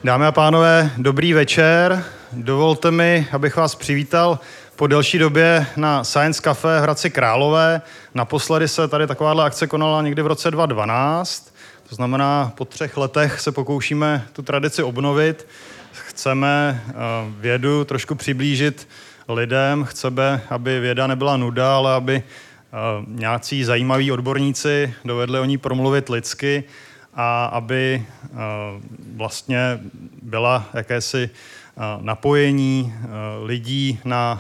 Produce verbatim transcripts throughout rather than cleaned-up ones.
Dámy a pánové, dobrý večer. Dovolte mi, abych vás přivítal po delší době na Science Café v Hradci Králové. Naposledy se tady takováhle akce konala někdy v roce dva tisíce dvanáct. To znamená, po třech letech se pokoušíme tu tradici obnovit. Chceme vědu trošku přiblížit lidem. Chceme, aby věda nebyla nuda, ale aby nějací zajímaví odborníci dovedli o ní promluvit lidsky a aby vlastně byla jakési napojení lidí na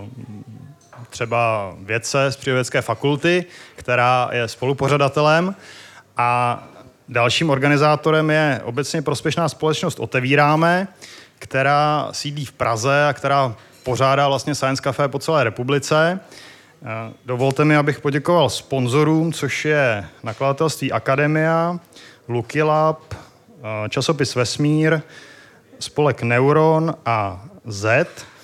třeba vědce z Přírodovědecké fakulty, která je spolupořadatelem, a dalším organizátorem je obecně prospěšná společnost Otevíráme, která sídlí v Praze a která pořádá vlastně Science Café po celé republice. Dovolte mi, abych poděkoval sponzorům, což je nakladatelství Akademia, Lucky Lab, časopis Vesmír, spolek Neuron a Z.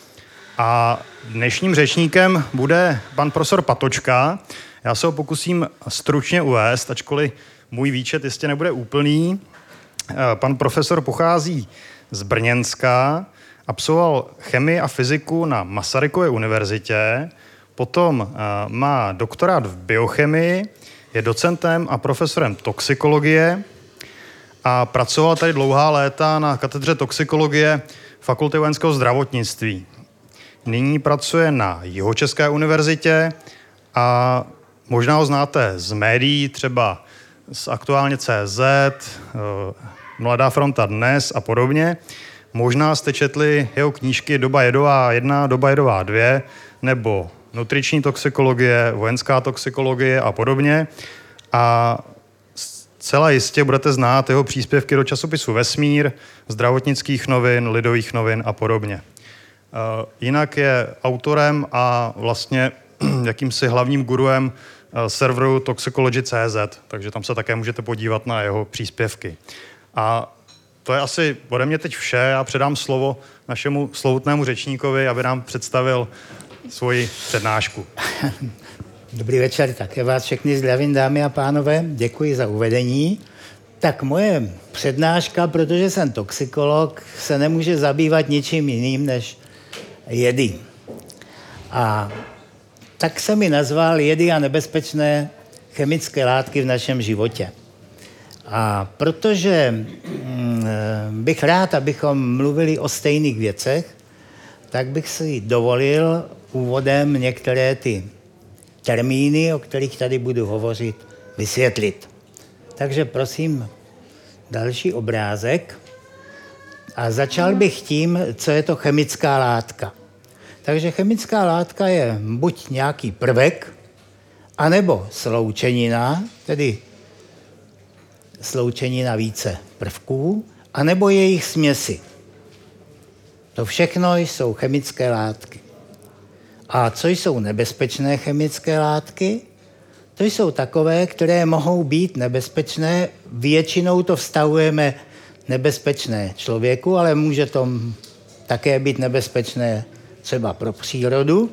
A dnešním řečníkem bude pan profesor Patočka. Já se ho pokusím stručně uvést, ačkoliv můj výčet jistě nebude úplný. Pan profesor pochází z Brněnska, absolvoval chemii a fyziku na Masarykově univerzitě, potom má doktorát v biochemii, je docentem a profesorem toxikologie a pracoval tady dlouhá léta na katedře toxikologie Fakulty vojenského zdravotnictví. Nyní pracuje na Jihočeské univerzitě a možná ho znáte z médií, třeba z Aktuálně tečka cé zet, Mladá fronta dnes a podobně. Možná jste četli jeho knížky Doba jedová jedna, Doba jedová dvě, nebo Nutriční toxikologie, Vojenská toxikologie a podobně. A zcela jistě budete znát jeho příspěvky do časopisu Vesmír, zdravotnických novin, lidových novin a podobně. Jinak je autorem a vlastně jakýmsi hlavním guruem serveru toxicology tečka cé zet, takže tam se také můžete podívat na jeho příspěvky. A to je asi ode mě teď vše. Já předám slovo našemu slovutnému řečníkovi, aby nám představil svoji přednášku. Dobrý večer, také vás všechny zdravím, dámy a pánové, děkuji za uvedení. Tak moje přednáška, protože jsem toxikolog, se nemůže zabývat ničím jiným než jedy. A tak jsem mi nazval jedy a nebezpečné chemické látky v našem životě. A protože bych rád, abychom mluvili o stejných věcech, tak bych si dovolil úvodem některé ty termíny, o kterých tady budu hovořit, vysvětlit. Takže prosím, další obrázek. A začal bych tím, co je to chemická látka. Takže chemická látka je buď nějaký prvek, anebo sloučenina, tedy sloučenina více prvků, anebo jejich směsi. To všechno jsou chemické látky. A co jsou nebezpečné chemické látky? To jsou takové, které mohou být nebezpečné. Většinou to vztahujeme nebezpečné člověku, ale může to také být nebezpečné třeba pro přírodu.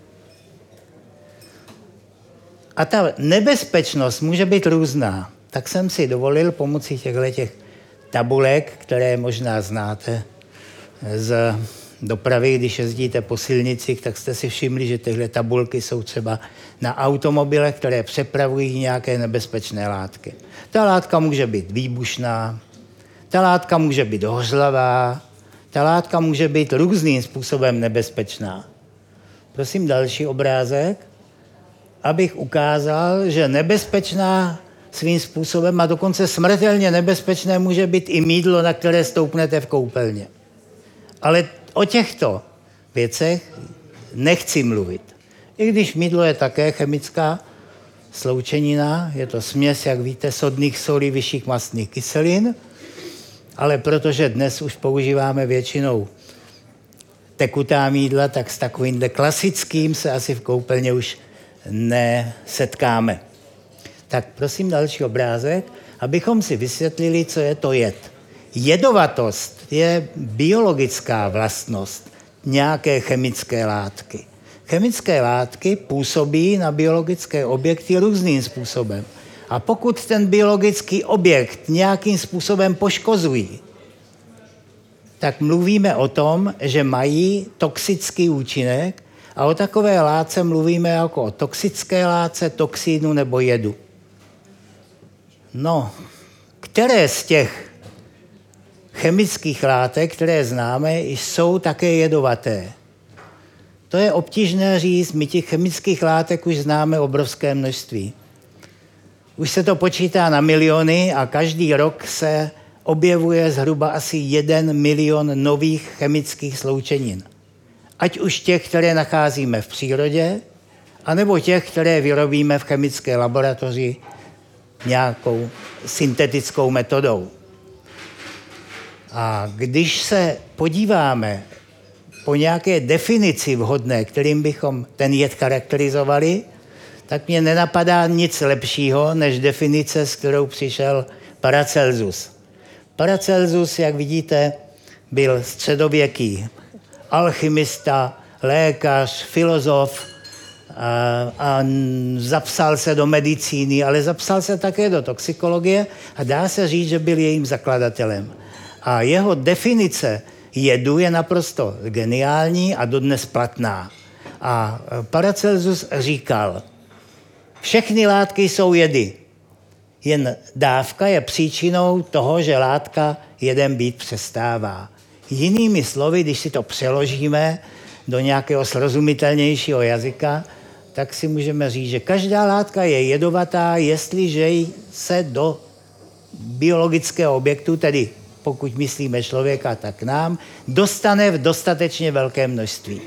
A ta nebezpečnost může být různá. Tak jsem si dovolil pomocí těchto tabulek, které možná znáte z dopravy, když jezdíte po silnicích, tak jste si všimli, že tyhle tabulky jsou třeba na automobilech, které přepravují nějaké nebezpečné látky. Ta látka může být výbušná, ta látka může být hořlavá, ta látka může být různým způsobem nebezpečná. Prosím další obrázek, abych ukázal, že nebezpečná svým způsobem a dokonce smrtelně nebezpečné může být i mýdlo, na které stoupnete v koupelně. Ale o těchto věcech nechci mluvit. I když mýdlo je také chemická sloučenina, je to směs, jak víte, sodných solí, vyšších mastných kyselin, ale protože dnes už používáme většinou tekutá mýdla, tak s takovýmhle klasickým se asi v koupelně už nesetkáme. Tak prosím další obrázek, abychom si vysvětlili, co je to jed. Jedovatost je biologická vlastnost nějaké chemické látky. Chemické látky působí na biologické objekty různým způsobem. A pokud ten biologický objekt nějakým způsobem poškozují, tak mluvíme o tom, že mají toxický účinek a o takové látce mluvíme jako o toxické látce, toxínu nebo jedu. No, které z těch chemických látek, které známe, jsou také jedovaté? To je obtížné říct, my těch chemických látek už známe obrovské množství. Už se to počítá na miliony a každý rok se objevuje zhruba asi jeden milion nových chemických sloučenin. Ať už těch, které nacházíme v přírodě, anebo těch, které vyrobíme v chemické laboratoři nějakou syntetickou metodou. A když se podíváme po nějaké definici vhodné, kterým bychom ten jed charakterizovali, tak mě nenapadá nic lepšího, než definice, s kterou přišel Paracelsus. Paracelsus, jak vidíte, byl středověký alchymista, lékař, filozof a, a zapsal se do medicíny, ale zapsal se také do toxikologie a dá se říct, že byl jejím zakladatelem. A jeho definice jedu je naprosto geniální a dodnes platná. A Paracelsus říkal, všechny látky jsou jedy, jen dávka je příčinou toho, že látka jedem být přestává. Jinými slovy, když si to přeložíme do nějakého srozumitelnějšího jazyka, tak si můžeme říct, že každá látka je jedovatá, jestliže se do biologického objektu, tedy pokud myslíme člověka, tak nám, dostane v dostatečně velké množství.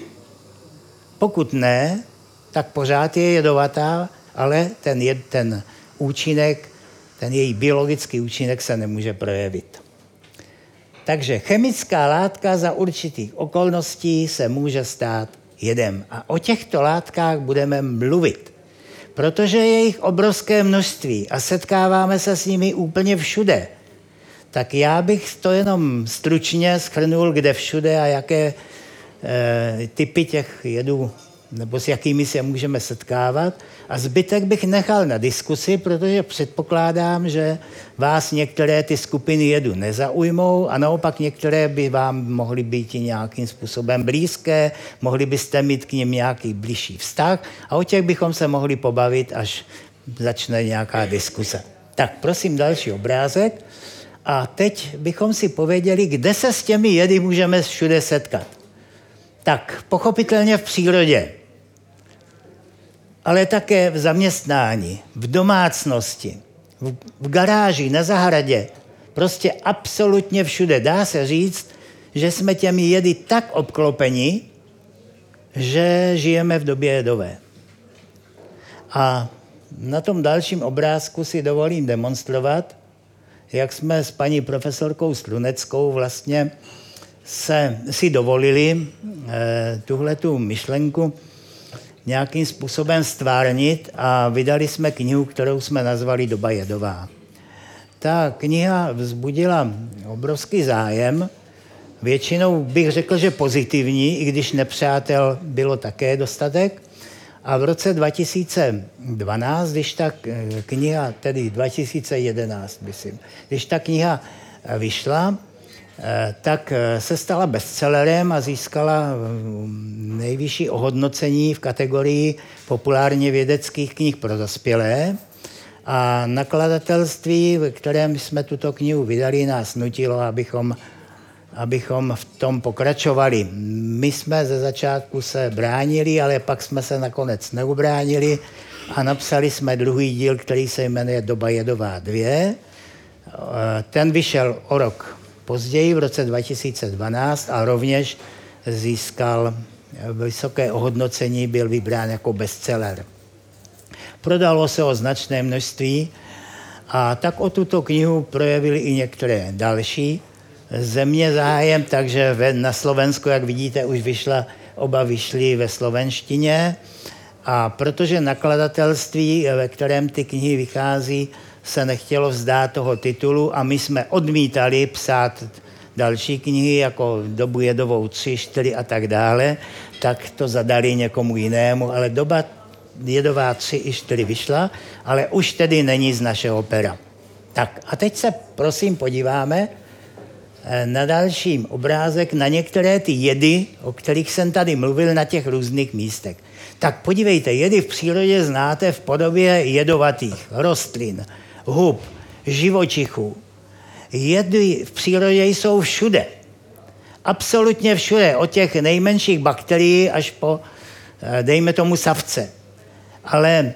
Pokud ne, tak pořád je jedovatá, ale ten, jed, ten účinek, ten její biologický účinek se nemůže projevit. Takže chemická látka za určitých okolností se může stát jedem. A o těchto látkách budeme mluvit, protože je jich obrovské množství a setkáváme se s nimi úplně všude. Tak já bych to jenom stručně shrnul, kde všude a jaké e, typy těch jedů nebo s jakými se můžeme setkávat. A zbytek bych nechal na diskusi, protože předpokládám, že vás některé ty skupiny jedu nezaujmou a naopak některé by vám mohly být i nějakým způsobem blízké, mohli byste mít k nim nějaký blížší vztah a o těch bychom se mohli pobavit, až začne nějaká diskuse. Tak prosím další obrázek. A teď bychom si pověděli, kde se s těmi jedy můžeme všude setkat. Tak pochopitelně v přírodě, ale také v zaměstnání, v domácnosti, v, v garáži, na zahradě, prostě absolutně všude. Dá se říct, že jsme těmi jedy tak obklopeni, že žijeme v době jedové. A na tom dalším obrázku si dovolím demonstrovat, jak jsme s paní profesorkou Sluneckou vlastně se, si dovolili eh, tuhletu myšlenku nějakým způsobem stvárnit a vydali jsme knihu, kterou jsme nazvali Doba jedová. Ta kniha vzbudila obrovský zájem, většinou bych řekl, že pozitivní, i když nepřátel bylo také dostatek. A v roce dva tisíce dvanáct, když ta kniha, tedy dva tisíce jedenáct, myslím, když ta kniha vyšla, tak se stala bestsellerem a získala nejvyšší ohodnocení v kategorii populárně vědeckých knih pro dospělé. A nakladatelství, ve kterém jsme tuto knihu vydali, nás nutilo, abychom, abychom v tom pokračovali. My jsme ze začátku se bránili, ale pak jsme se nakonec neubránili a napsali jsme druhý díl, který se jmenuje Doba jedová dva. Ten vyšel o rok později, v roce dva tisíce dvanáct, a rovněž získal vysoké ohodnocení, byl vybrán jako bestseller. Prodalo se o značné množství a tak o tuto knihu projevili i některé další země zájem, takže na Slovensku, jak vidíte, už vyšla, oba vyšly ve slovenštině. A protože nakladatelství, ve kterém ty knihy vychází, se nechtělo vzdát toho titulu a my jsme odmítali psát další knihy, jako Dobu jedovou tři, čtyři a tak dále, tak to zadali někomu jinému, ale Doba jedová tři i čtyři vyšla, ale už tedy není z našeho pera. Tak a teď se prosím podíváme na dalším obrázek na některé ty jedy, o kterých jsem tady mluvil na těch různých místech. Tak podívejte, jedy v přírodě znáte v podobě jedovatých rostlin, hub, živočichů. Jedy v přírodě jsou všude. Absolutně všude, od těch nejmenších bakterií až po, dejme tomu, savce. Ale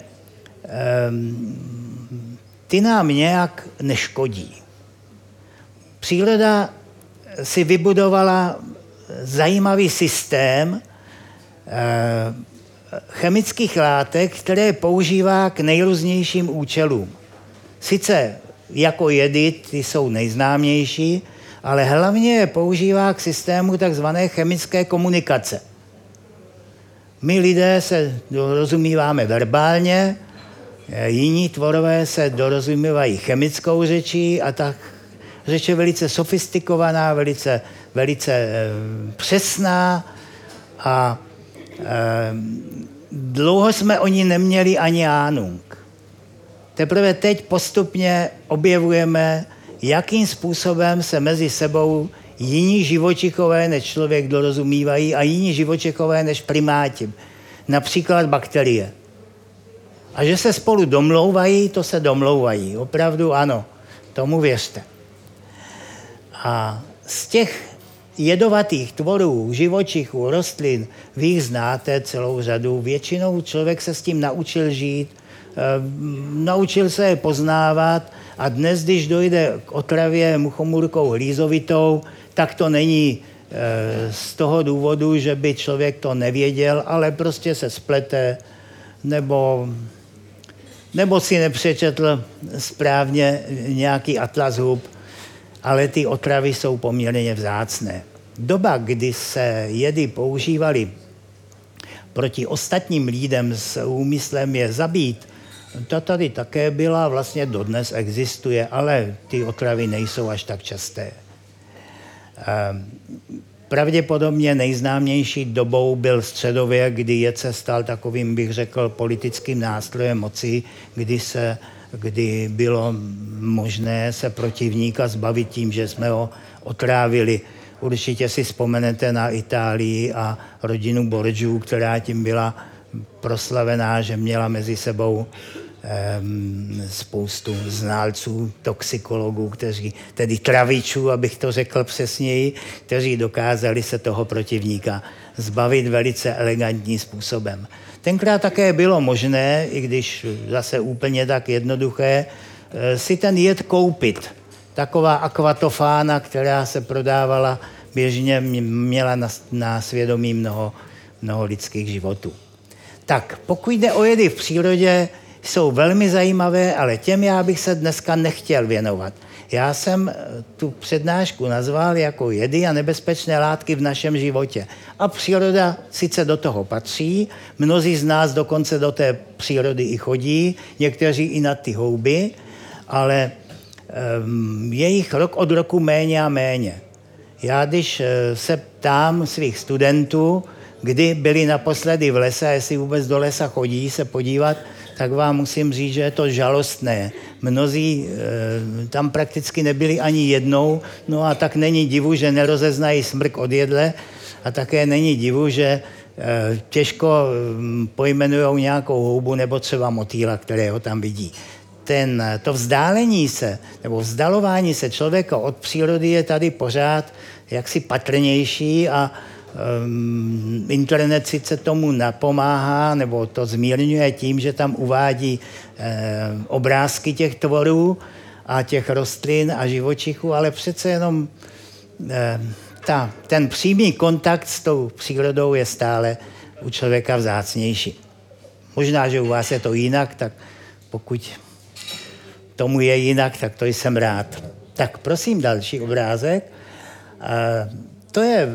um, ty nám nějak neškodí. Příroda si vybudovala zajímavý systém uh, chemických látek, které používá k nejrůznějším účelům. Sice jako jedy, ty jsou nejznámější, ale hlavně je používá k systému takzvané chemické komunikace. My lidé se dorozumíváme verbálně, jiní tvorové se dorozumívají chemickou řečí a tak řeč je velice sofistikovaná, velice, velice e, přesná a e, dlouho jsme o ní neměli ani ánung. Teprve teď postupně objevujeme, jakým způsobem se mezi sebou jiní živočichové než člověk dorozumívají a jiní živočichové než primáti. Například bakterie. A že se spolu domlouvají, to se domlouvají. Opravdu ano, tomu věřte. A z těch jedovatých tvorů, živočichů, rostlin, vy jich znáte celou řadu. Většinou člověk se s tím naučil žít, e, naučil se je poznávat a dnes, když dojde k otravě muchomůrkou hlízovitou, tak to není e, z toho důvodu, že by člověk to nevěděl, ale prostě se splete nebo, nebo si nepřečetl správně nějaký atlas hub, ale ty otravy jsou poměrně vzácné. Doba, kdy se jedy používaly proti ostatním lidem s úmyslem je zabít, ta tady také byla, vlastně dodnes existuje, ale ty otravy nejsou až tak časté. Pravděpodobně nejznámější dobou byl středověk, kdy jed se stal takovým, bych řekl, politickým nástrojem moci, kdy, se, kdy bylo možné se protivníka zbavit tím, že jsme ho otrávili. Určitě si vzpomenete na Itálii a rodinu Borgiů, která tím byla proslavená, že měla mezi sebou um, spoustu znalců, toxikologů, kteří, tedy travičů, abych to řekl přesněji, kteří dokázali se toho protivníka zbavit velice elegantním způsobem. Tenkrát také bylo možné, i když zase úplně tak jednoduché, si ten jed koupit. Taková akvatofána, která se prodávala běžně, měla na, na svědomí mnoho, mnoho lidských životů. Tak, pokud jde o jedy v přírodě, jsou velmi zajímavé, ale těm já bych se dneska nechtěl věnovat. Já jsem tu přednášku nazval jako jedy a nebezpečné látky v našem životě. A příroda sice do toho patří, mnozí z nás dokonce do té přírody i chodí, někteří i na ty houby, ale um, je jich rok od roku méně a méně. Já když se ptám svých studentů, kdy byli naposledy v lese, jestli vůbec do lesa chodí se podívat, tak vám musím říct, že je to žalostné. Mnozí e, tam prakticky nebyli ani jednou, no a tak není divu, že nerozeznají smrk od jedle a také není divu, že e, těžko e, pojmenujou nějakou houbu nebo třeba motýla, kterého tam vidí. Ten, to vzdálení se, nebo vzdalování se člověka od přírody je tady pořád jaksi patrnější a um, internet sice tomu napomáhá, nebo to zmírňuje tím, že tam uvádí eh, obrázky těch tvorů a těch rostlin a živočichů, ale přece jenom eh, ta, ten přímý kontakt s tou přírodou je stále u člověka vzácnější. Možná, že u vás je to jinak, tak pokud tomu je jinak, tak to jsem rád. Tak prosím další obrázek. To je,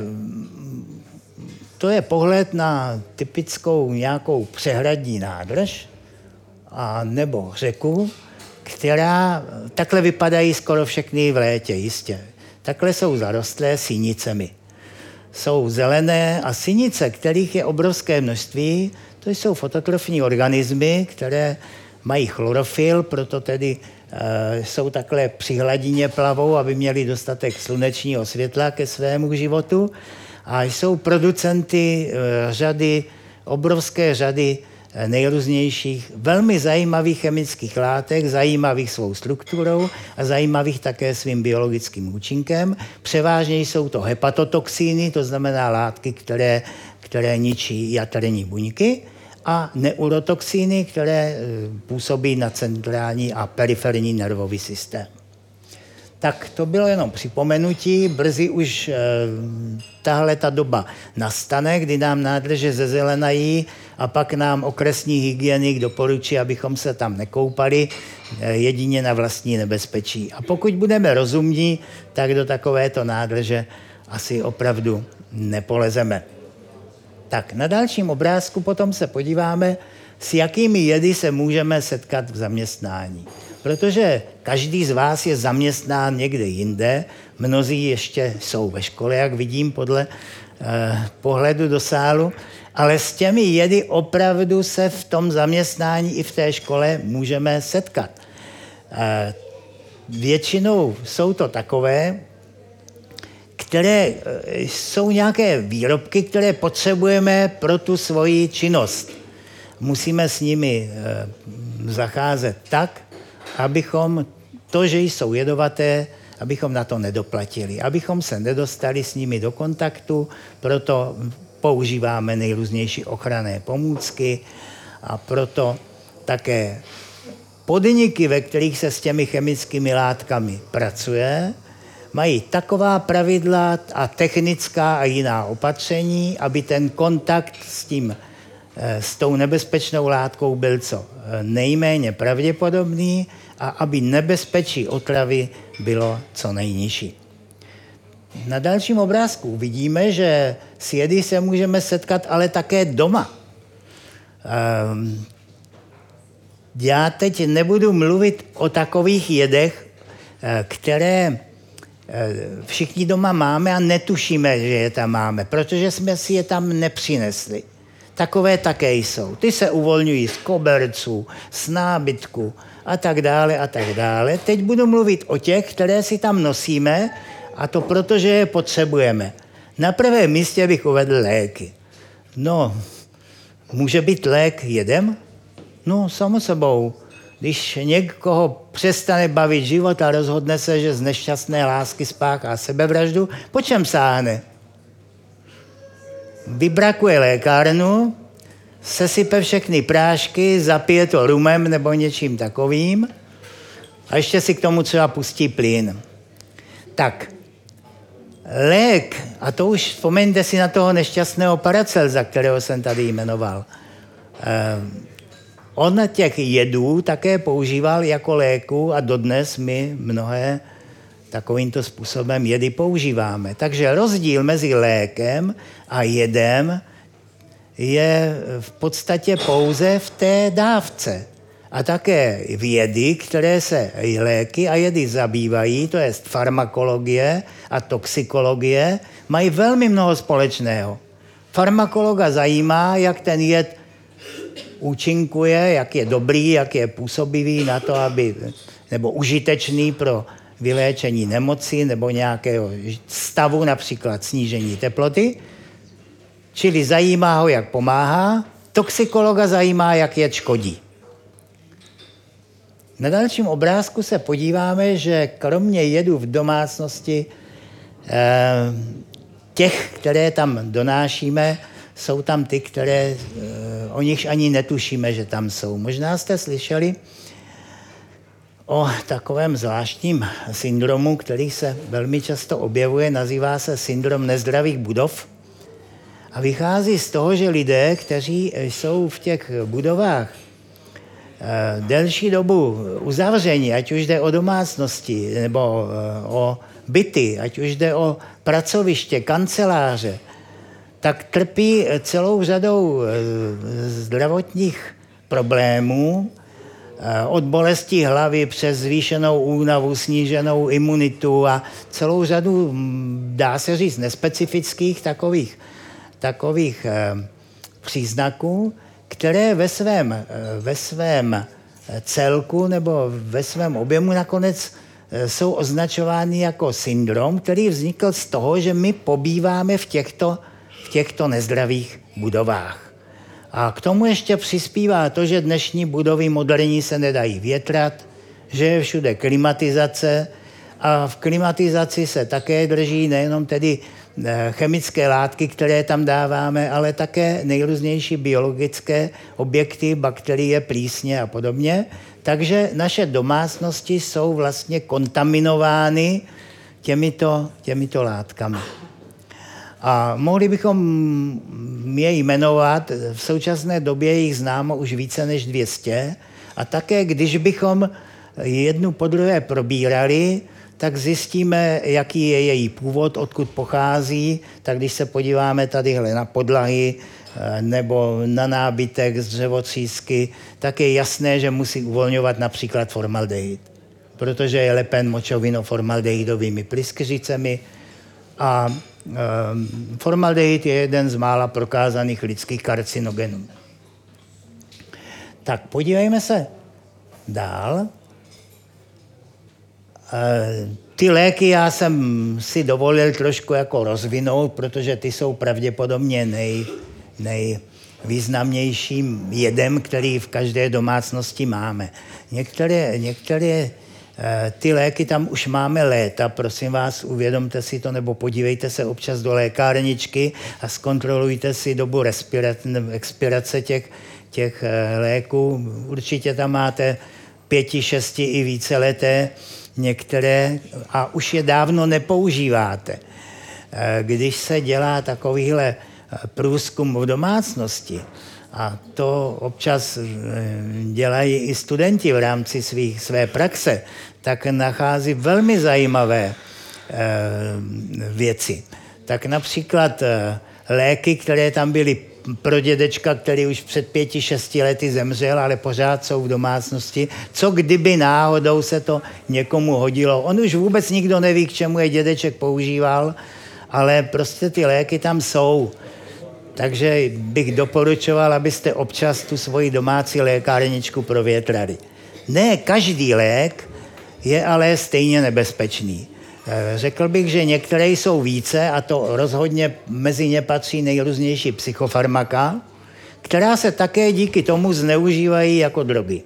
to je pohled na typickou nějakou přehradní nádrž a nebo řeku, která takhle vypadají skoro všechny v létě, jistě. Takhle jsou zarostlé sinicemi. Jsou zelené a sinice, kterých je obrovské množství, to jsou fototrofní organismy, které mají chlorofyl, proto tedy jsou takhle při hladině plavou, aby měli dostatek slunečního světla ke svému životu a jsou producenty řady, obrovské řady nejrůznějších, velmi zajímavých chemických látek, zajímavých svou strukturou a zajímavých také svým biologickým účinkem. Převážně jsou to hepatotoxíny, to znamená látky, které, které ničí jaterní buňky, a neurotoxíny, které působí na centrální a periferní nervový systém. Tak to bylo jenom připomenutí, brzy už e, tahle ta doba nastane, kdy nám nádrže zezelenají a pak nám okresní hygienik doporučí, abychom se tam nekoupali, e, jedině na vlastní nebezpečí. A pokud budeme rozumní, tak do takovéto nádrže asi opravdu nepolezeme. Tak na dalším obrázku potom se podíváme, s jakými jedy se můžeme setkat v zaměstnání. Protože každý z vás je zaměstnán někde jinde, mnozí ještě jsou ve škole, jak vidím podle eh, pohledu do sálu, ale s těmi jedy opravdu se v tom zaměstnání i v té škole můžeme setkat. Eh, většinou jsou to takové, které jsou nějaké výrobky, které potřebujeme pro tu svoji činnost. Musíme s nimi eh, zacházet tak, abychom to, že jsou jedovaté, abychom na to nedoplatili, abychom se nedostali s nimi do kontaktu, proto používáme nejrůznější ochranné pomůcky a proto také podniky, ve kterých se s těmi chemickými látkami pracuje, mají taková pravidla a technická a jiná opatření, aby ten kontakt s tím, s tou nebezpečnou látkou byl co nejméně pravděpodobný a aby nebezpečí otravy bylo co nejnižší. Na dalším obrázku vidíme, že s jedy se můžeme setkat ale také doma. Já teď nebudu mluvit o takových jedech, které všichni doma máme a netušíme, že je tam máme, protože jsme si je tam nepřinesli. Takové také jsou. Ty se uvolňují z koberců, z nábytku a tak dále a tak dále. Teď budu mluvit o těch, které si tam nosíme, a to proto, že je potřebujeme. Na prvém místě bych uvedl léky. No, může být lék jedem? No, samo sebou. Když někoho přestane bavit život a rozhodne se, že z nešťastné lásky spáchá sebevraždu, po čem sáhne? Vybrakuje lékárnu, sesype všechny prášky, zapije to rumem nebo něčím takovým a ještě si k tomu třeba pustí plyn. Tak, lék, a to už vzpomeňte si na toho nešťastného Paracelsa, kterého jsem tady jmenoval. Eh, on těch jedů také používal jako léku a dodnes my mnohé takovýmto způsobem jedy používáme. Takže rozdíl mezi lékem a jedem je v podstatě pouze v té dávce. A také v jedy, které se léky a jedy zabývají, to je farmakologie a toxikologie, mají velmi mnoho společného. Farmakologa zajímá, jak ten jed účinkuje, jak je dobrý, jak je působivý na to, aby, nebo užitečný pro vyléčení nemoci nebo nějakého stavu, například snížení teploty. Čili zajímá ho, jak pomáhá. Toxikologa zajímá, jak je škodí. Na dalším obrázku se podíváme, že kromě jedů v domácnosti těch, které tam donášíme, jsou tam ty, které o nich ani netušíme, že tam jsou. Možná jste slyšeli o takovém zvláštním syndromu, který se velmi často objevuje, nazývá se syndrom nezdravých budov a vychází z toho, že lidé, kteří jsou v těch budovách delší dobu uzavření, ať už jde o domácnosti nebo o byty, ať už jde o pracoviště, kanceláře, tak trpí celou řadou zdravotních problémů, od bolesti hlavy přes zvýšenou únavu, sníženou imunitu a celou řadu, dá se říct, nespecifických takových, takových příznaků, které ve svém, ve svém celku nebo ve svém objemu nakonec jsou označovány jako syndrom, který vznikl z toho, že my pobýváme v těchto, v těchto nezdravých budovách. A k tomu ještě přispívá to, že dnešní budovy moderní se nedají větrat, že je všude klimatizace a v klimatizaci se také drží nejenom tedy chemické látky, které tam dáváme, ale také nejrůznější biologické objekty, bakterie, plísně a podobně. Takže naše domácnosti jsou vlastně kontaminovány těmito, těmito látkami. A mohli bychom je jmenovat, v současné době jich známo už více než dvě stě a také když bychom jednu po druhé probírali, tak zjistíme, jaký je její původ, odkud pochází. Tak když se podíváme tadyhle na podlahy nebo na nábytek z dřevotřísky, tak je jasné, že musí uvolňovat například formaldehyd, protože je lepen močovino-formaldehydovými pryskyřicemi a e, formaldehyd je jeden z mála prokázaných lidských karcinogenů. Tak podívejme se dál. Ty léky já jsem si dovolil trošku jako rozvinout, protože ty jsou pravděpodobně nej, nejvýznamnějším jedem, který v každé domácnosti máme. Některé, některé ty léky tam už máme léta, prosím vás, uvědomte si to, nebo podívejte se občas do lékárničky a zkontrolujte si dobu expirace těch, těch léků. Určitě tam máte pěti, šesti i více leté některé a už je dávno nepoužíváte. Když se dělá takovýhle průzkum v domácnosti, a to občas dělají i studenti v rámci svých, své praxe, tak nachází velmi zajímavé věci. Tak například léky, které tam byly pro dědečka, který už před pěti, šesti lety zemřel, ale pořád jsou v domácnosti. Co kdyby náhodou se to někomu hodilo? On už vůbec nikdo neví, k čemu je dědeček používal, ale prostě ty léky tam jsou. Takže bych doporučoval, abyste občas tu svoji domácí lékárničku provětrali. Ne každý lék je ale stejně nebezpečný. Řekl bych, že některé jsou více, a to rozhodně mezi ně patří nejrůznější psychofarmaka, která se také díky tomu zneužívají jako drogy.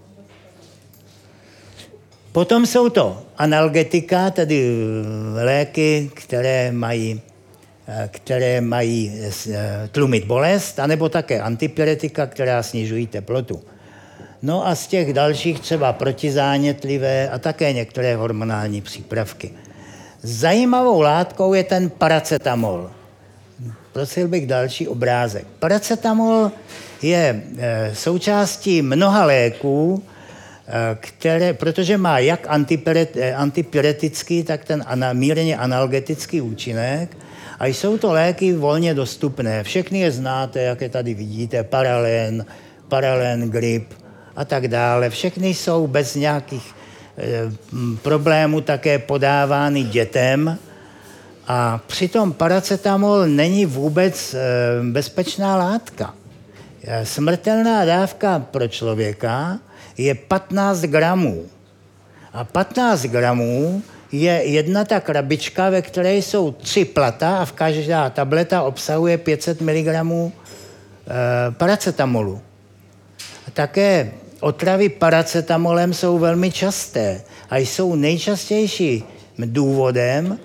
Potom jsou to analgetika, tedy léky, které mají, které mají tlumit bolest, anebo také antipyretika, která snižují teplotu. No a z těch dalších třeba protizánětlivé a také některé hormonální přípravky. Zajímavou látkou je ten paracetamol. Prosil bych další obrázek. Paracetamol je e, součástí mnoha léků, e, které, protože má jak antipyret, e, antipyretický, tak ten ana, mírně analgetický účinek. A jsou to léky volně dostupné. Všechny je znáte, jak je tady vidíte, Paralen, Paralen, Grip a tak dále. Všechny jsou bez nějakých problému také podávány dětem a přitom paracetamol není vůbec bezpečná látka. Smrtelná dávka pro člověka je patnáct gramů. A patnáct gramů je jedna ta krabička, ve které jsou tři plata a v každá tableta obsahuje pět set miligramů paracetamolu. A také otravy paracetamolem jsou velmi časté a jsou nejčastějším důvodem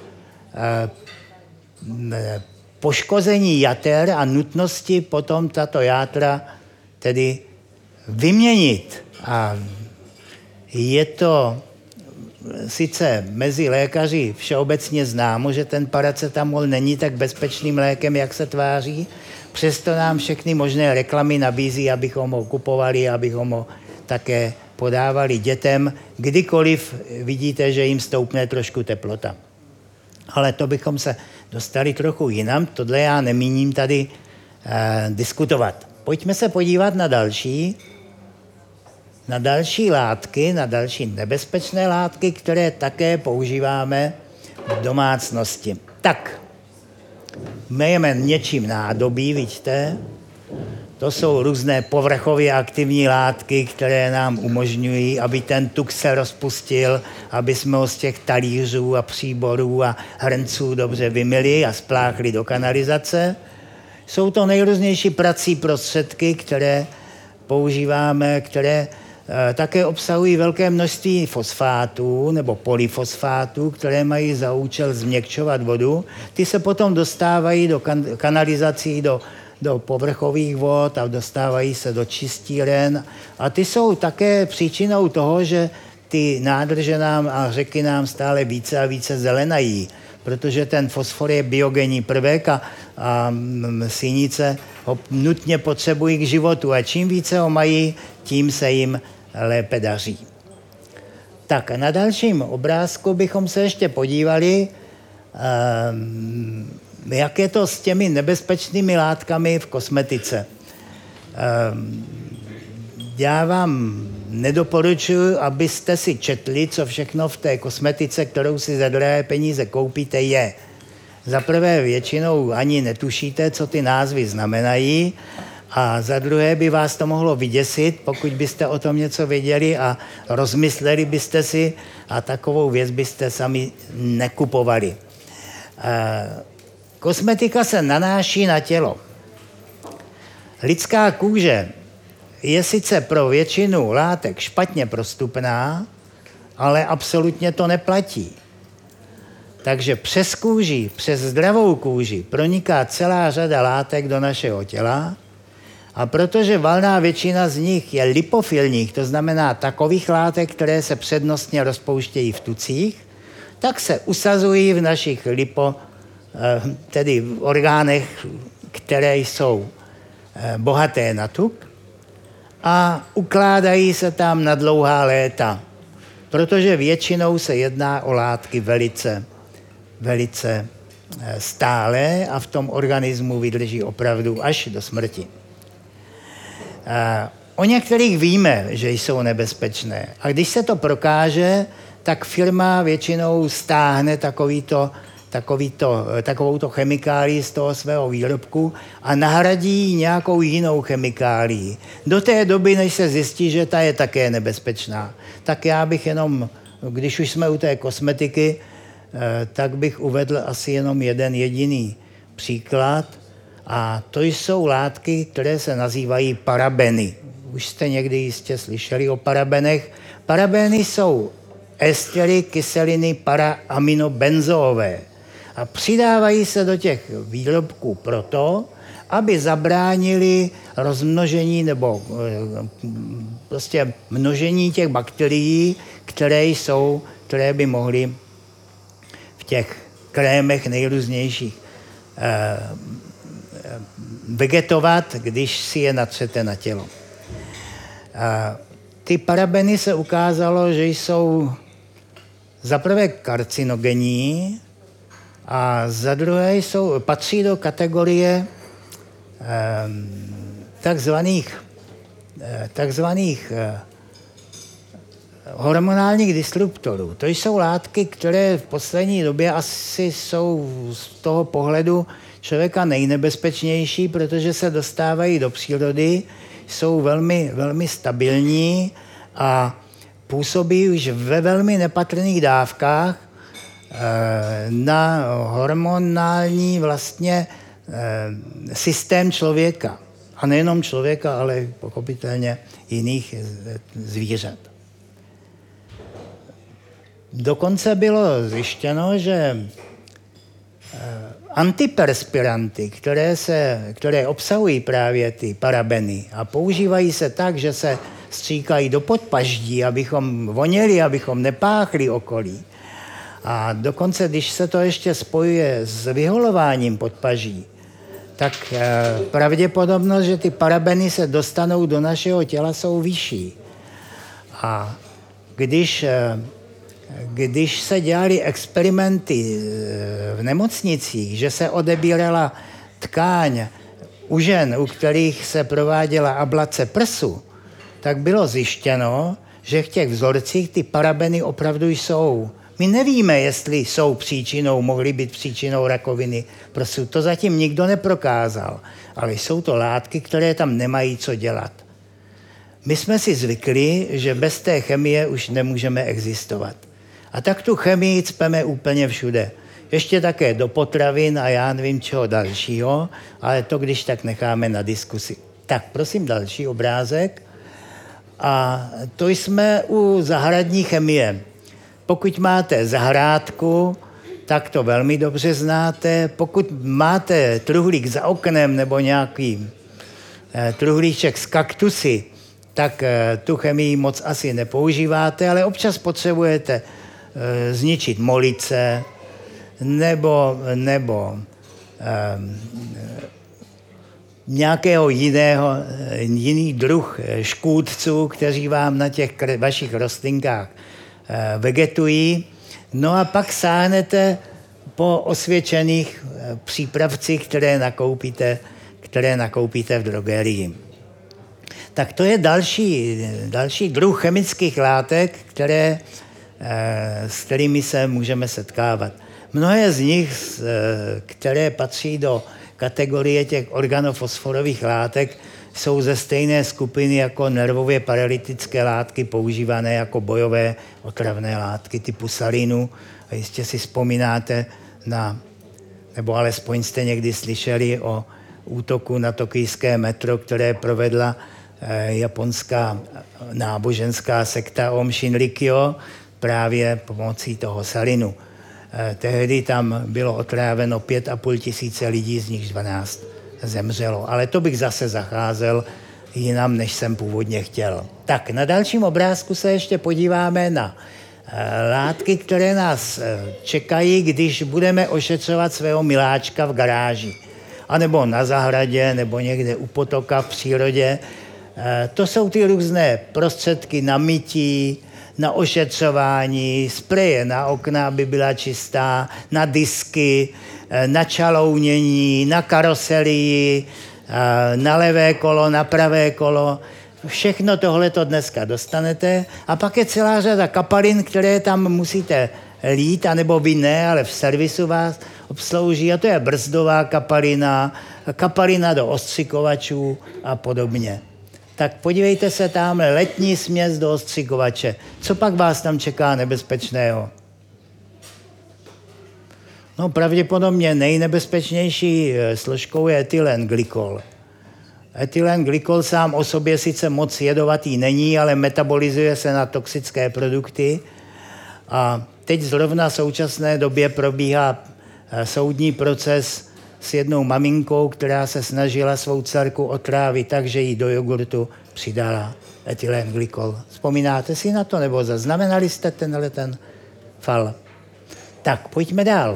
poškození jater a nutnosti potom tato játra tedy vyměnit. A je to sice mezi lékaři všeobecně známo, že ten paracetamol není tak bezpečným lékem, jak se tváří, přesto nám všechny možné reklamy nabízí, abychom ho kupovali, abychom ho také podávali dětem, kdykoliv vidíte, že jim stoupne trošku teplota. Ale to bychom se dostali trochu jinam, tohle já nemíním tady eh, diskutovat. Pojďme se podívat na další, na další látky, na další nebezpečné látky, které také používáme v domácnosti. Tak, myjeme něčím nádobí, vidíte, To jsou různé povrchově aktivní látky, které nám umožňují, aby ten tuk se rozpustil, aby jsme ho z těch talířů a příborů a hrnců dobře vymyli a spláchli do kanalizace. Jsou to nejrůznější prací prostředky, které používáme, které e, také obsahují velké množství fosfátů nebo polyfosfátů, které mají za účel změkčovat vodu. Ty se potom dostávají do kan- kanalizací, do do povrchových vod a dostávají se do čistíren. A ty jsou také příčinou toho, že ty nádrže nám a řeky nám stále více a více zelenají, protože ten fosfor je biogenní prvek a, a sinice ho nutně potřebují k životu. A čím více ho mají, tím se jim lépe daří. Tak a na dalším obrázku bychom se ještě podívali, um, jak je to s těmi nebezpečnými látkami v kosmetice. Já vám nedoporučuji, abyste si četli, co všechno v té kosmetice, kterou si za drahé peníze koupíte, je. Za prvé většinou ani netušíte, co ty názvy znamenají, a za druhé by vás to mohlo vyděsit, pokud byste o tom něco věděli a rozmysleli byste si a takovou věc byste sami nekupovali. Kosmetika se nanáší na tělo. Lidská kůže je sice pro většinu látek špatně prostupná, ale absolutně to neplatí. Takže přes kůži, přes zdravou kůži proniká celá řada látek do našeho těla a protože valná většina z nich je lipofilních, to znamená takových látek, které se přednostně rozpouštějí v tucích, tak se usazují v našich lipo tedy v orgánech, které jsou bohaté na tuk a ukládají se tam na dlouhá léta, protože většinou se jedná o látky velice, velice stálé a v tom organismu vydrží opravdu až do smrti. O některých víme, že jsou nebezpečné a když se to prokáže, tak firma většinou stáhne takovýto Takovýto, takovouto chemikálii z toho svého výrobku a nahradí nějakou jinou chemikálii. Do té doby, než se zjistí, že ta je také nebezpečná. Tak já bych jenom, když už jsme u té kosmetiky, tak bych uvedl asi jenom jeden jediný příklad. A to jsou látky, které se nazývají parabeny. Už jste někdy jistě slyšeli o parabenech. Parabeny jsou estery kyseliny paraaminobenzoové. A přidávají se do těch výrobků proto, aby zabránili rozmnožení nebo prostě množení těch bakterií, které jsou, které by mohly v těch krémech nejrůznějších eh, vegetovat, když si je natřete na tělo. A ty parabeny se ukázalo, že jsou za prvé karcinogenní, a za druhé jsou, patří do kategorie eh, takzvaných, eh, takzvaných eh, hormonálních disruptorů. To jsou látky, které v poslední době asi jsou z toho pohledu člověka nejnebezpečnější, protože se dostávají do přírody, jsou velmi, velmi stabilní a působí už ve velmi nepatrných dávkách na hormonální vlastně systém člověka. A nejenom člověka, ale pochopitelně jiných zvířat. Dokonce bylo zjištěno, že antiperspiranty, které, se, které obsahují právě ty parabeny a používají se tak, že se stříkají do podpaždí, abychom voněli, abychom nepáchli okolí. A dokonce, když se to ještě spojuje s vyholováním podpaží, tak pravděpodobnost, že ty parabeny se dostanou do našeho těla, jsou vyšší. A když, když se dělaly experimenty v nemocnicích, že se odebírala tkáň u žen, u kterých se prováděla ablace prsu, tak bylo zjištěno, že v těch vzorcích ty parabeny opravdu jsou My nevíme, jestli jsou příčinou, mohly být příčinou rakoviny prsu. To zatím nikdo neprokázal. Ale jsou to látky, které tam nemají co dělat. My jsme si zvykli, že bez té chemie už nemůžeme existovat. A tak tu chemii cpeme úplně všude. Ještě také do potravin a já nevím čeho dalšího, ale to když tak necháme na diskusi. Tak prosím další obrázek. A to jsme u zahradní chemie. Pokud máte zahrádku, tak to velmi dobře znáte. Pokud máte truhlík za oknem nebo nějaký eh, truhlíček z kaktusy, tak eh, tu chemii moc asi nepoužíváte, ale občas potřebujete eh, zničit molice nebo, nebo eh, nějakého jiného, jiný druh škůdců, kteří vám na těch vašich rostlinkách vegetují. No a pak sáhnete po osvědčených přípravcích, které nakoupíte, které nakoupíte v drogerii. Tak to je další, další druh chemických látek, které, s kterými se můžeme setkávat. Mnohé z nich, které patří do kategorie těch organofosforových látek, jsou ze stejné skupiny jako nervově paralytické látky používané jako bojové otravné látky typu salinu. A jistě si vzpomínáte na, nebo alespoň jste někdy slyšeli o útoku na tokijské metro, které provedla eh, japonská náboženská sekta Om Shinrikyo právě pomocí toho salinu. Eh, tehdy tam bylo otráveno pět a půl tisíce lidí, z nich dvanáct zemřelo. Ale to bych zase zacházel jinam, než jsem původně chtěl. Tak, na dalším obrázku se ještě podíváme na e, látky, které nás e, čekají, když budeme ošetřovat svého miláčka v garáži. A nebo na zahradě, nebo někde u potoka v přírodě. E, to jsou ty různé prostředky na mytí, na ošetřování, spreje na okna, aby byla čistá, na disky, na čalounění, na karoserii, na levé kolo, na pravé kolo. Všechno tohle to dneska dostanete. A pak je celá řada kapalin, které tam musíte lít, anebo vy ne, ale v servisu vás obslouží. A to je brzdová kapalina, kapalina do ostřikovačů a podobně. Tak podívejte se tam, letní směs do ostřikovače. Co pak vás tam čeká nebezpečného? No pravděpodobně nejnebezpečnější složkou je etylenglykol. Etylenglykol sám o sobě sice moc jedovatý není, ale metabolizuje se na toxické produkty. A teď zrovna v současné době probíhá soudní proces s jednou maminkou, která se snažila svou dcerku otrávit tak, že jí do jogurtu přidala etylenglykol. Vzpomínáte si na to, nebo zaznamenali jste tenhle ten fal? Tak, pojďme dál.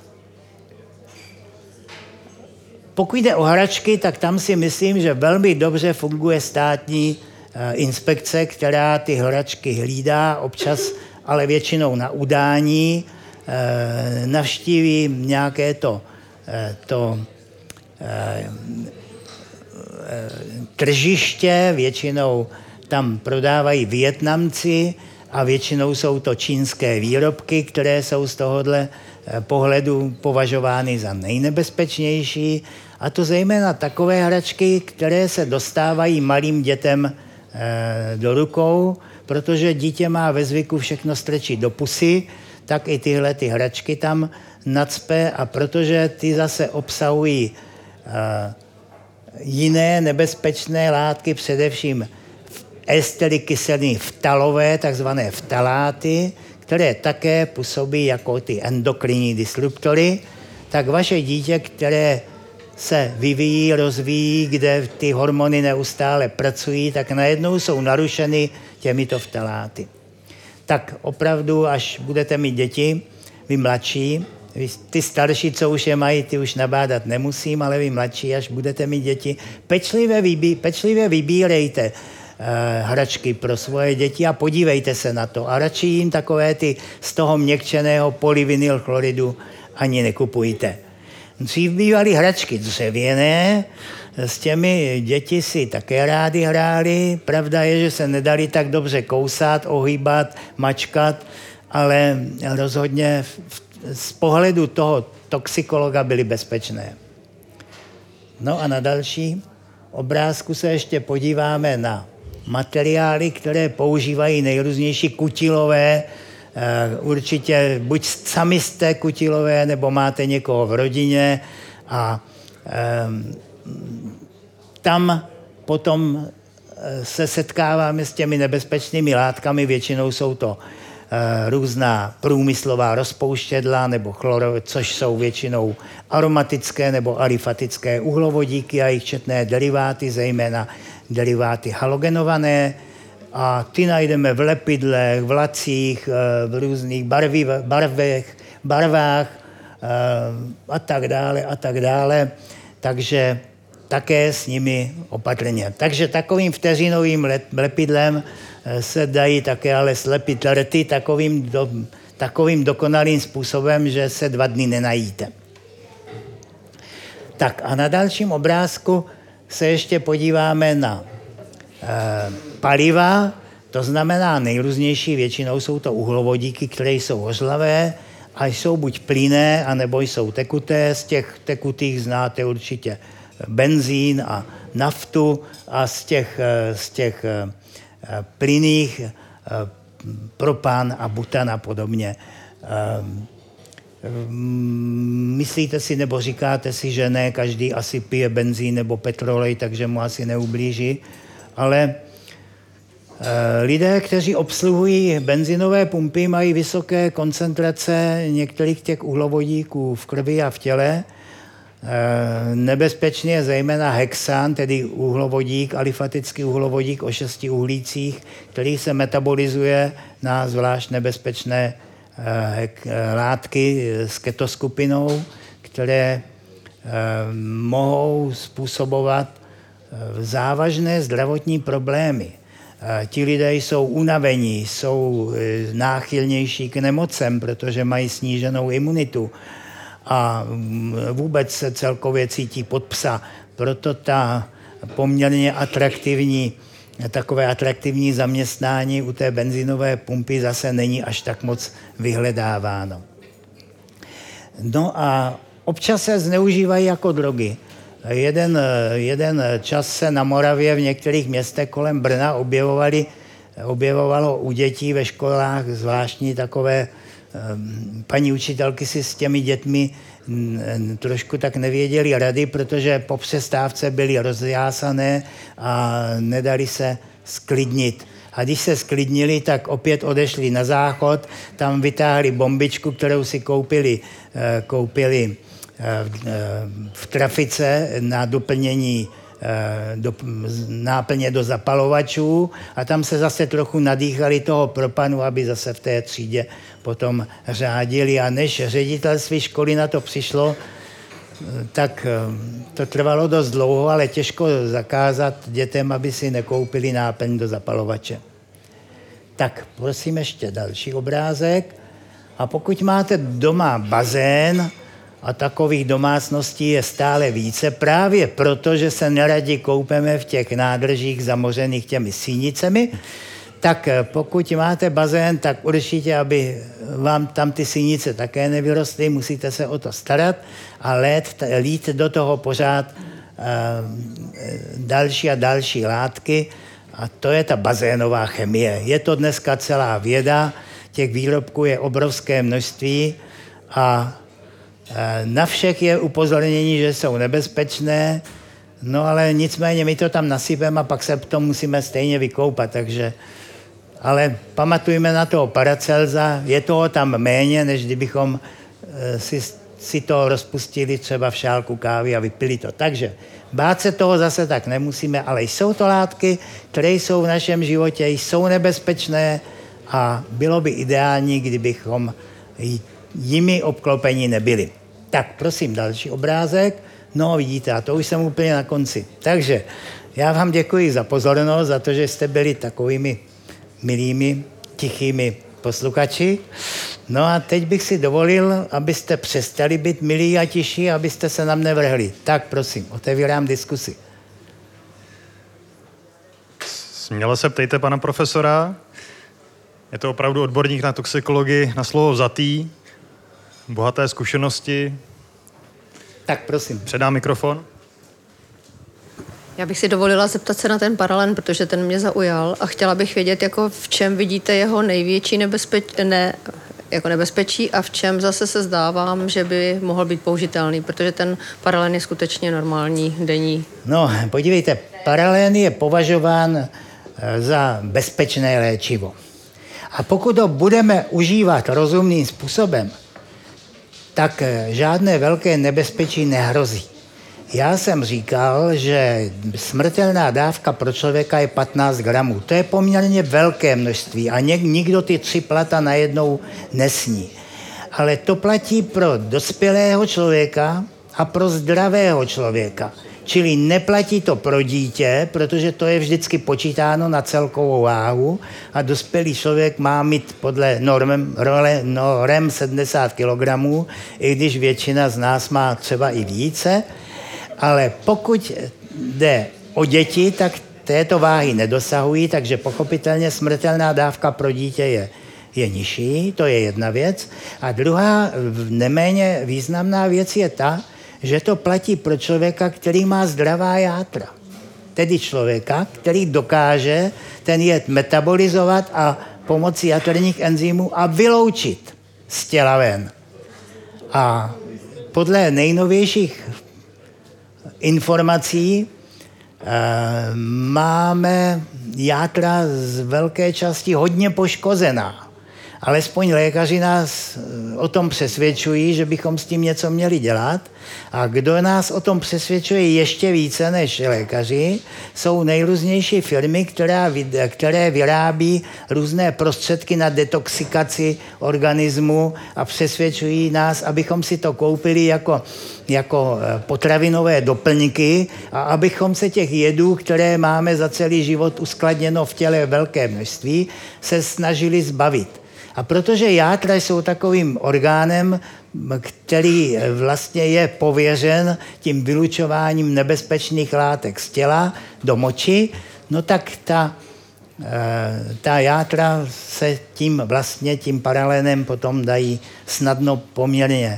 Pokud jde o hračky, tak tam si myslím, že velmi dobře funguje státní e, inspekce, která ty hračky hlídá, občas, ale většinou na udání, e, navštíví nějaké to, e, to e, e, tržiště, většinou tam prodávají Vietnamci a většinou jsou to čínské výrobky, které jsou z tohohle pohledu považovány za nejnebezpečnější, a to zejména takové hračky, které se dostávají malým dětem e, do rukou, protože dítě má ve zvyku všechno strčit do pusy, tak i tyhle ty hračky tam nacpe, a protože ty zase obsahují e, jiné nebezpečné látky, především estery kyseliny ftalové, takzvané ftaláty, které také působí jako ty endokrinní disruptory, tak vaše dítě, které se vyvíjí, rozvíjí, kde ty hormony neustále pracují, tak najednou jsou narušeny těmito ftaláty. Tak opravdu, až budete mít děti, vy mladší, vy, ty starší, co už je mají, ty už nabádat nemusím, ale vy mladší, až budete mít děti, pečlivě, vybí, pečlivě vybírejte hračky pro svoje děti a podívejte se na to. A radši jim takové ty z toho měkčeného polyvinylchloridu ani nekupujte. Dřív bývaly hračky dřevěné, s těmi děti si také rádi hráli. Pravda je, že se nedali tak dobře kousat, ohýbat, mačkat ale rozhodně z pohledu toho toxikologa byly bezpečné. No a na další obrázku se ještě podíváme na materiály, které používají nejrůznější kutilové, určitě buď sami jste kutilové, nebo máte někoho v rodině a tam potom se setkáváme s těmi nebezpečnými látkami, většinou jsou to různá průmyslová rozpouštědla nebo chloro, což jsou většinou aromatické nebo alifatické uhlovodíky a jejich četné deriváty, zejména deriváty halogenované. A ty najdeme v lepidlech, v lacích, v různých barví, barvech, barvách a tak dále a tak dále. Takže také s nimi opatrně. Takže takovým vteřinovým lepidlem se dají také ale slepit rty takovým, do, takovým dokonalým způsobem, že se dva dny nenajíte. Tak a na dalším obrázku se ještě podíváme na e, paliva, to znamená nejrůznější, většinou jsou to uhlovodíky, které jsou hořlavé a jsou buď plynné, anebo jsou tekuté. Z těch tekutých znáte určitě benzín a naftu a z těch, z těch plynných propan a butan a podobně. Myslíte si nebo říkáte si, že ne, každý asi pije benzín nebo petrolej, takže mu asi neublíží, ale lidé, kteří obsluhují benzinové pumpy, mají vysoké koncentrace některých těch uhlovodíků v krvi a v těle. Nebezpečný je zejména hexan, tedy uhlovodík, alifatický uhlovodík o šesti uhlících, který se metabolizuje na zvlášť nebezpečné látky s ketoskupinou, které mohou způsobovat závažné zdravotní problémy. Ti lidé jsou unavení, jsou náchylnější k nemocem, protože mají sníženou imunitu a vůbec se celkově cítí pod psa. Proto ta poměrně atraktivní, takové atraktivní zaměstnání u té benzinové pumpy zase není až tak moc vyhledáváno. No a občas se zneužívají jako drogy. Jeden, jeden čas se na Moravě v některých městech kolem Brna objevovali, objevovalo u dětí ve školách zvláštní takové, paní učitelky si s těmi dětmi trošku tak nevěděli rady, protože po přestávce byly rozjásané a nedali se sklidnit. A když se sklidnili, tak opět odešli na záchod, tam vytáhli bombičku, kterou si koupili, koupili v trafice na doplnění do, náplně do zapalovačů a tam se zase trochu nadýchali toho propanu, aby zase v té třídě potom řádili. A než ředitelství školy na to přišlo, tak to trvalo dost dlouho, ale těžko zakázat dětem, aby si nekoupili náplň do zapalovače. Tak prosím ještě další obrázek. A pokud máte doma bazén, a takových domácností je stále více, právě proto, že se neradi koupeme v těch nádržích zamořených těmi sínicemi, tak pokud máte bazén, tak určitě, aby vám tam ty sínice také nevyrostly, musíte se o to starat a lít, lít do toho pořád uh, další a další látky a to je ta bazénová chemie. Je to dneska celá věda, těch výrobků je obrovské množství a na všech je upozornění, že jsou nebezpečné, no ale nicméně my to tam nasypeme a pak se to musíme stejně vykoupat, takže ale pamatujme na toho Paracelsa, je toho tam méně, než kdybychom si, si to rozpustili třeba v šálku kávy a vypili to. Takže bát se toho zase tak nemusíme, ale jsou to látky, které jsou v našem životě, jsou nebezpečné a bylo by ideální, kdybychom jimi obklopeni nebyli. Tak prosím, další obrázek. No vidíte, a to už jsem úplně na konci. Takže já vám děkuji za pozornost, za to, že jste byli takovými milými, tichými posluchači. No a teď bych si dovolil, abyste přestali být milí a tiší, abyste se nám nevrhli. Tak prosím, otevírám diskusi. Směle se ptejte pana profesora. Je to opravdu odborník na toxikologii, na slovo vzatý, bohaté zkušenosti. Tak prosím. Předám mikrofon. Já bych si dovolila zeptat se na ten paralen, protože ten mě zaujal a chtěla bych vědět, jako v čem vidíte jeho největší nebezpečí, ne, jako nebezpečí a v čem zase se zdávám, že by mohl být použitelný, protože ten paralen je skutečně normální denní. No, podívejte, paralen je považován za bezpečné léčivo. A pokud ho budeme užívat rozumným způsobem, tak žádné velké nebezpečí nehrozí. Já jsem říkal, že smrtelná dávka pro člověka je patnáct gramů. To je poměrně velké množství a nikdo ty tři plata najednou nesní. Ale to platí pro dospělého člověka a pro zdravého člověka. Čili neplatí to pro dítě, protože to je vždycky počítáno na celkovou váhu a dospělý člověk má mít podle norm, role, norem sedmdesát kilogramů, i když většina z nás má třeba i více. Ale pokud jde o děti, tak této váhy nedosahují, takže pochopitelně smrtelná dávka pro dítě je, je nižší, to je jedna věc. A druhá neméně významná věc je ta, že to platí pro člověka, který má zdravá játra. Tedy člověka, který dokáže ten jed metabolizovat a pomocí jaterních enzymů a vyloučit z těla ven. A podle nejnovějších informací e, máme játra z velké části hodně poškozená. Alespoň lékaři nás o tom přesvědčují, že bychom s tím něco měli dělat. A kdo nás o tom přesvědčuje ještě více než lékaři, jsou nejrůznější firmy, která, které vyrábí různé prostředky na detoxikaci organismu a přesvědčují nás, abychom si to koupili jako, jako potravinové doplňky a abychom se těch jedů, které máme za celý život uskladněno v těle velké množství, se snažili zbavit. A protože játra jsou takovým orgánem, který vlastně je pověřen tím vylučováním nebezpečných látek z těla do moči, no tak ta, ta játra se tím vlastně, tím paralenem potom dají snadno poměrně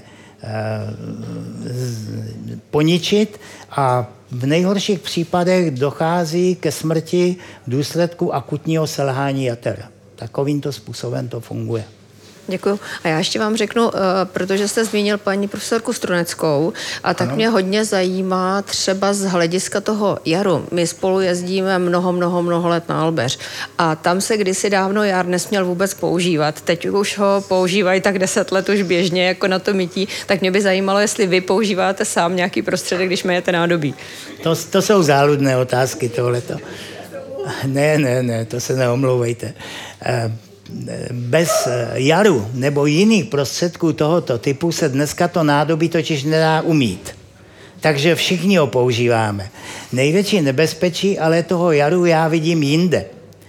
poničit a v nejhorších případech dochází ke smrti v důsledku akutního selhání jater. Takovýmto způsobem to funguje. Děkuju. A já ještě vám řeknu, protože jste zmínil paní profesorku Struneckou, a tak ano. Mě hodně zajímá třeba z hlediska toho jaru. My spolu jezdíme mnoho, mnoho, mnoho let na Albeř a tam se kdysi dávno jar nesměl vůbec používat. Teď už ho používají tak deset let už běžně jako na to mytí, tak mě by zajímalo, jestli vy používáte sám nějaký prostředek, když myjete nádobí. To, to jsou záludné otázky tohleto. Ne, ne, ne, to se neomlouvejte. Bez jaru nebo jiných prostředků tohoto typu se dneska to nádobí totiž nedá umýt. Takže všichni ho používáme. Největší nebezpečí ale toho jaru já vidím jinde.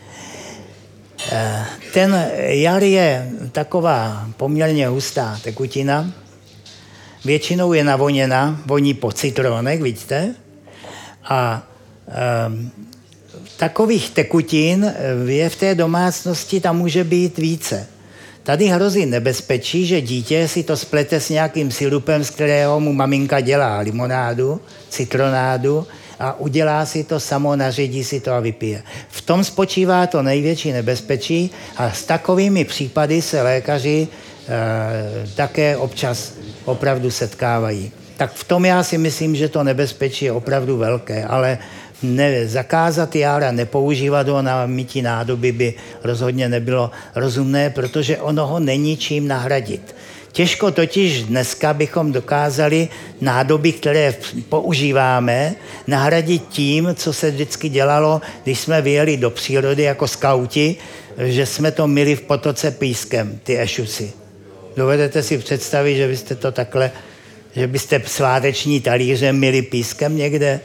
Ten jar je taková poměrně hustá tekutina. Většinou je navoněna, voní po citronech, vidíte? A um, takových tekutin je v té domácnosti, tam může být více. Tady hrozí nebezpečí, že dítě si to splete s nějakým sirupem, z kterého mu maminka dělá limonádu, citronádu a udělá si to samo, naředí si to a vypije. V tom spočívá to největší nebezpečí a s takovými případy se lékaři e, také občas opravdu setkávají. Tak v tom já si myslím, že to nebezpečí je opravdu velké, ale ne, zakázat jára, nepoužívat ho na mytí nádoby by rozhodně nebylo rozumné, protože ono ho není čím nahradit. Těžko totiž dneska bychom dokázali nádoby, které používáme, nahradit tím, co se vždycky dělalo, když jsme vyjeli do přírody jako skauti, že jsme to myli v potoce pískem, ty ešusy. Dovedete si představit, že byste to takhle, že byste sváteční talíře myli pískem někde?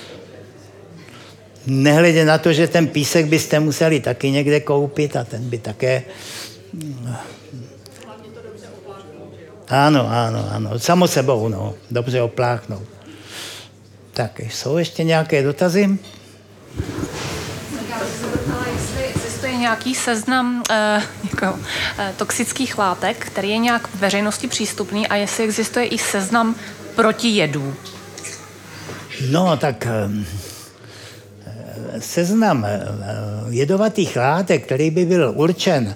Nehledě na to, že ten písek byste museli taky někde koupit a ten by také... Ano, ano, ano. Samo sebou, no. Dobře opláchnout. Tak, jsou ještě nějaké dotazy? Já bych se zeptala, jestli existuje nějaký seznam eh, Děkuji. Toxických látek, který je nějak veřejnosti přístupný a jestli existuje i seznam protijedů. No, tak seznam jedovatých látek, který by byl určen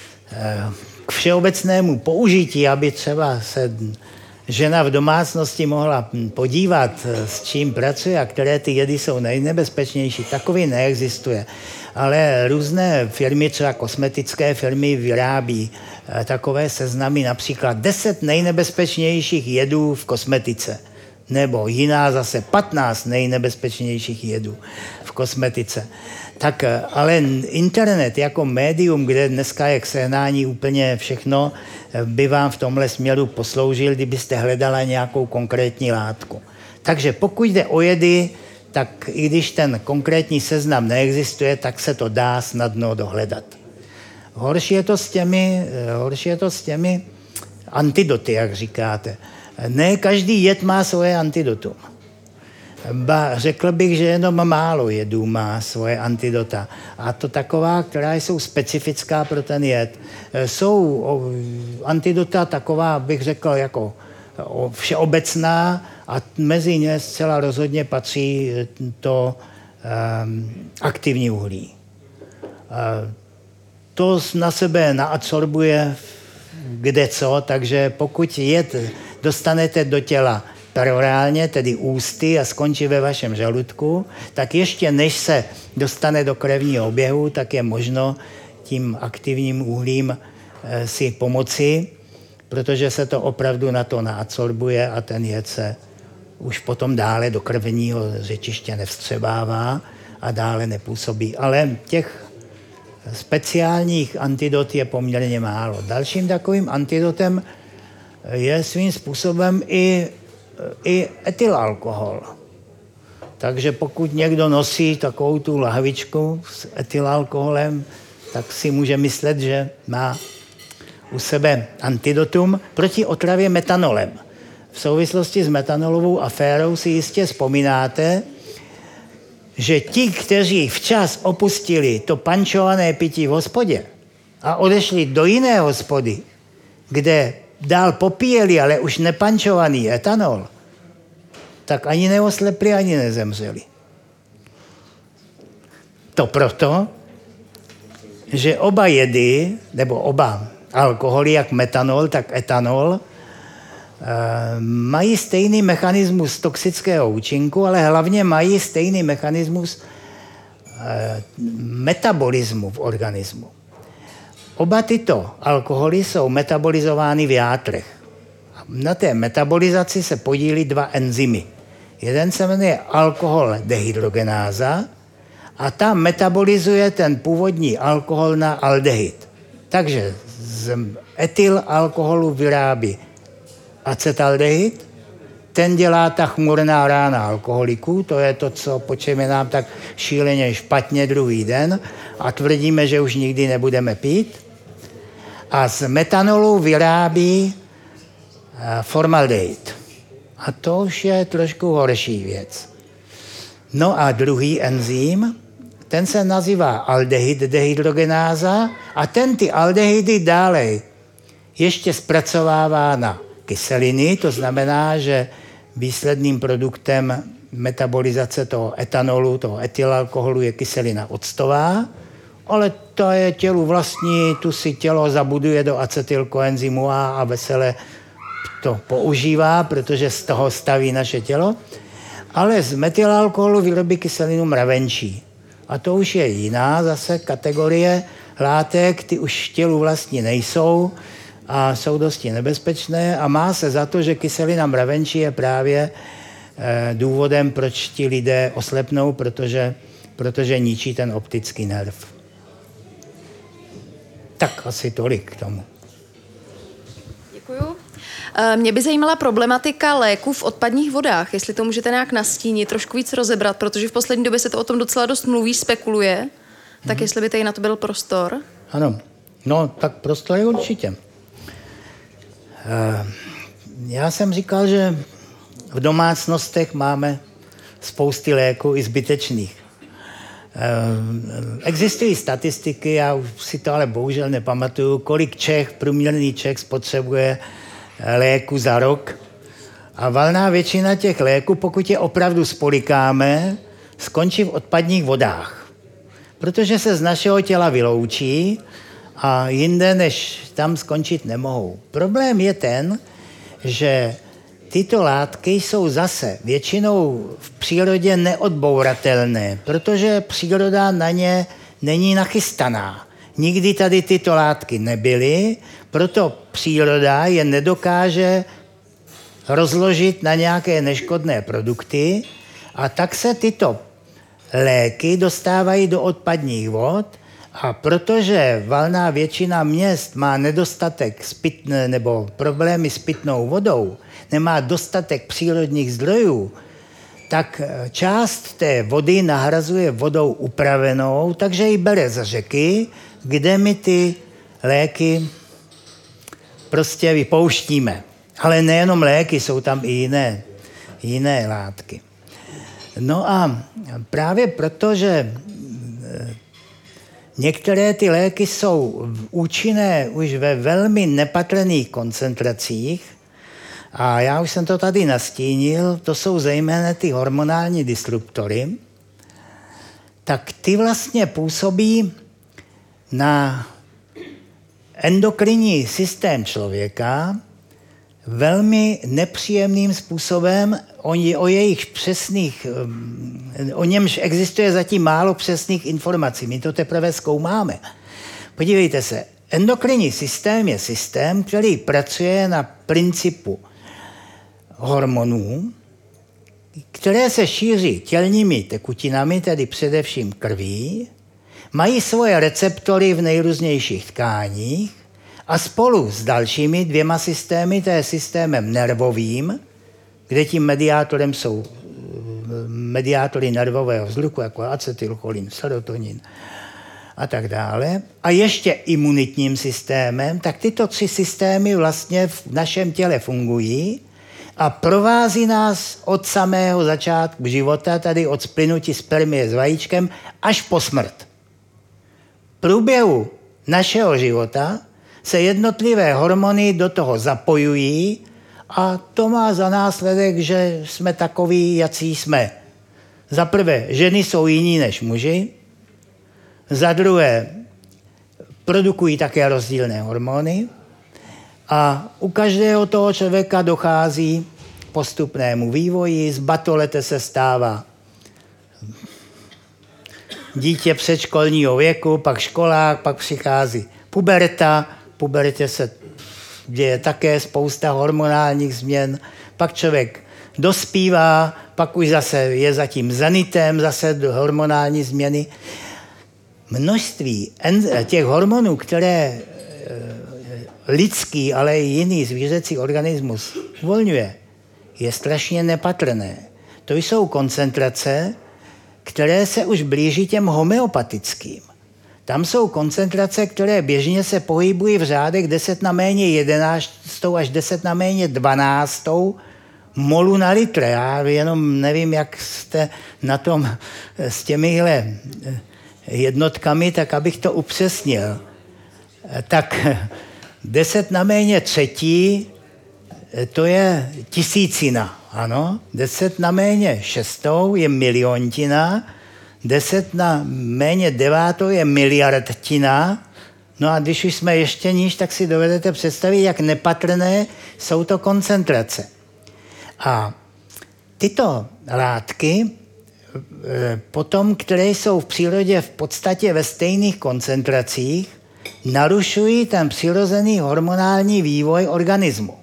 k všeobecnému použití, aby třeba se žena v domácnosti mohla podívat, s čím pracuje a které ty jedy jsou nejnebezpečnější, takový neexistuje. Ale různé firmy, třeba kosmetické firmy, vyrábí takové seznamy, například deset nejnebezpečnějších jedů v kosmetice. Nebo jiná zase patnáct nejnebezpečnějších jedů v kosmetice. Tak ale internet jako médium, kde dneska je k sehnání úplně všechno, by vám v tomhle směru posloužil, kdybyste hledala nějakou konkrétní látku. Takže pokud jde o jedy, tak i když ten konkrétní seznam neexistuje, tak se to dá snadno dohledat. Horší je to s těmi, horší je to s těmi antidoty, jak říkáte. Ne každý jed má svoje antidotum. Ba řekl bych, že jenom málo jedů má svoje antidota. A to taková, která jsou specifická pro ten jed. Jsou antidota taková, bych řekl, jako všeobecná a mezi ně zcela rozhodně patří to um, aktivní uhlí. Uh, to na sebe naadsorbuje kdeco, takže pokud jed dostanete do těla perorálně, tedy ústy a skončí ve vašem žaludku, tak ještě než se dostane do krevního oběhu, tak je možno tím aktivním uhlím e, si pomoci, protože se to opravdu na to naadsorbuje a ten jed se už potom dále do krevního řečiště nevstřebává a dále nepůsobí. Ale těch speciálních antidot je poměrně málo. Dalším takovým antidotem je svým způsobem i, i etylalkohol. Takže pokud někdo nosí takovou tu lahvičku s etylalkoholem, tak si může myslet, že má u sebe antidotum proti otravě metanolem. V souvislosti s metanolovou aférou si jistě vzpomínáte, že ti, kteří včas opustili to pančované pití v hospodě a odešli do jiné hospody, kde dál popíjeli, ale už nepančovaný etanol, tak ani neoslepli, ani nezemřeli. To proto, že oba jedy, nebo oba alkoholy, jak metanol, tak etanol, mají stejný mechanismus toxického účinku, ale hlavně mají stejný mechanismus metabolismu v organismu. Oba tyto alkoholy jsou metabolizovány v játrech. Na té metabolizaci se podílí dva enzymy. Jeden se jmenuje alkohol dehydrogenáza a ta metabolizuje ten původní alkohol na aldehyd. Takže z etylalkoholu vyrábí acetaldehyd, ten dělá ta chmurná rána alkoholiků, to je to, co po čem je nám tak šíleně špatně druhý den a tvrdíme, že už nikdy nebudeme pít. A z metanolu vyrábí formaldehyd. A to už je trošku horší věc. No a druhý enzym, ten se nazývá aldehyd dehydrogenáza a ten ty aldehydy dále ještě zpracovává na kyseliny, to znamená, že výsledným produktem metabolizace toho etanolu, toho etylalkoholu je kyselina octová, ale to je tělu vlastní, tu si tělo zabuduje do acetylkoenzymu A a vesele to používá, protože z toho staví naše tělo, ale z metylalkoholu vyrobí kyselinu mravenčí. A to už je jiná zase kategorie látek, ty už tělu vlastní nejsou a jsou dosti nebezpečné a má se za to, že kyselina mravenčí je právě eh, důvodem, proč ti lidé oslepnou, protože, protože ničí ten optický nerv. Tak asi tolik k tomu. Děkuju. Mě by zajímala problematika léků v odpadních vodách, jestli to můžete nějak nastínit, trošku víc rozebrat, protože v poslední době se to o tom docela dost mluví, spekuluje, tak hmm. jestli by tady na to byl prostor. Ano, no tak prostor je určitě. Já jsem říkal, že v domácnostech máme spousty léků i zbytečných. Existují statistiky, já už si to ale bohužel nepamatuju, kolik Čech, průměrný Čech spotřebuje léku za rok. A valná většina těch léků, pokud je opravdu spolikáme, skončí v odpadních vodách. Protože se z našeho těla vyloučí a jinde než tam skončit nemohou. Problém je ten, že tyto látky jsou zase většinou v přírodě neodbouratelné, protože příroda na ně není nachystaná. Nikdy tady tyto látky nebyly, proto příroda je nedokáže rozložit na nějaké neškodné produkty a tak se tyto léky dostávají do odpadních vod a protože valná většina měst má nedostatek spitné, nebo problémy s pitnou vodou, nemá dostatek přírodních zdrojů, tak část té vody nahrazuje vodou upravenou, takže ji bere z řeky, kde my ty léky prostě vypouštíme. Ale nejenom léky, jsou tam i jiné, jiné látky. No a právě proto, že některé ty léky jsou účinné už ve velmi nepatrných koncentracích, a já už jsem to tady nastínil, to jsou zejména ty hormonální disruptory, tak ty vlastně působí na endokrinní systém člověka velmi nepříjemným způsobem. O, o jejich přesných, o němž existuje zatím málo přesných informací. My to teprve zkoumáme. Podívejte se, endokrinní systém je systém, který pracuje na principu hormonů, které se šíří tělními tekutinami, tedy především krví, mají svoje receptory v nejrůznějších tkáních a spolu s dalšími dvěma systémy, to je systémem nervovým, kde tím mediátorem jsou mediátory nervového vzruchu, jako acetylcholin, serotonin a tak dále, a ještě imunitním systémem, tak tyto tři systémy vlastně v našem těle fungují a provází nás od samého začátku života, tady od splynutí spermie s vajíčkem, až po smrt. V průběhu našeho života se jednotlivé hormony do toho zapojují a to má za následek, že jsme takoví, jací jsme. Za prvé, ženy jsou jiní než muži, za druhé, produkují také rozdílné hormony a u každého toho člověka dochází k postupnému vývoji, z batolete se stává dítě předškolního věku, pak školák, pak přichází puberta, v pubertě se děje také spousta hormonálních změn, pak člověk dospívá, pak už zase je za tím zenitem, zase hormonální změny. Množství těch hormonů, které lidský, ale i jiný zvířecí organismus uvolňuje, je strašně nepatrné. To jsou koncentrace, které se už blíží těm homeopatickým. Tam jsou koncentrace, které běžně se pohybují v řádech deset na méně jedenáctou až deset na méně dvanáctou molu na litr. Já jenom nevím, jak jste na tom s těmihle jednotkami, tak abych to upřesnil. Tak deset na méně třetí, to je tisícina, ano. deset na méně šestou je miliontina, deset na méně devátou je miliardtina. No a když už jsme ještě níž, tak si dovedete představit, jak nepatrné jsou to koncentrace. A tyto látky potom, které jsou v přírodě v podstatě ve stejných koncentracích, narušují ten přirozený hormonální vývoj organismu.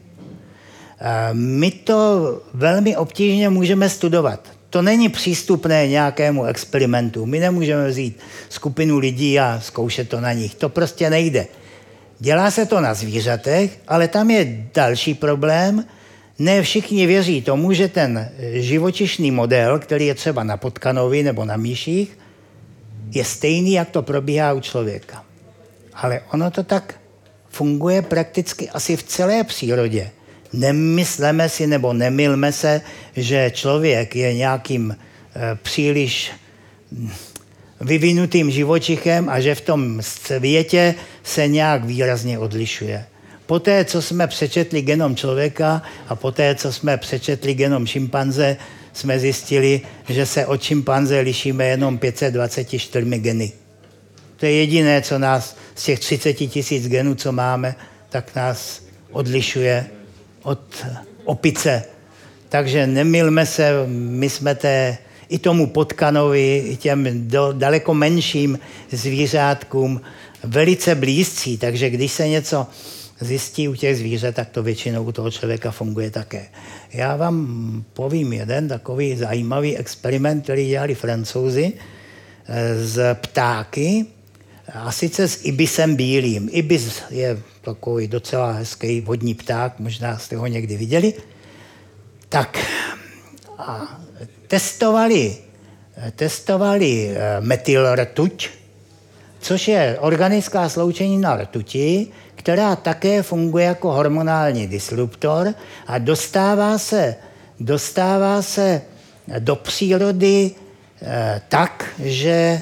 My to velmi obtížně můžeme studovat. To není přístupné nějakému experimentu. My nemůžeme vzít skupinu lidí a zkoušet to na nich. To prostě nejde. Dělá se to na zvířatech, ale tam je další problém. Ne všichni věří tomu, že ten živočišný model, který je třeba na potkanovi nebo na myších, je stejný, jak to probíhá u člověka. Ale ono to tak funguje prakticky asi v celé přírodě. Nemysleme si nebo nemylme se, že člověk je nějakým e, příliš vyvinutým živočichem a že v tom světě se nějak výrazně odlišuje. Poté, co jsme přečetli genom člověka a poté, co jsme přečetli genom šimpanze, jsme zjistili, že se od šimpanze lišíme jenom pět set dvacet čtyři geny. To je jediné, co nás z těch třicet tisíc genů, co máme, tak nás odlišuje od opice. Takže nemylme se, my jsme té, i tomu potkanovi, i těm do, daleko menším zvířátkům velice blízcí, takže když se něco zjistí u těch zvířat, tak to většinou u toho člověka funguje také. Já vám povím jeden takový zajímavý experiment, který dělali Francouzi z ptáky, a sice s ibisem bílým. Ibis je takový docela hezký vodní pták, možná jste ho někdy viděli. Tak a testovali, testovali metylrtuť, což je organická sloučenina rtuti, která také funguje jako hormonální disruptor a dostává se, dostává se do přírody eh, tak, že eh,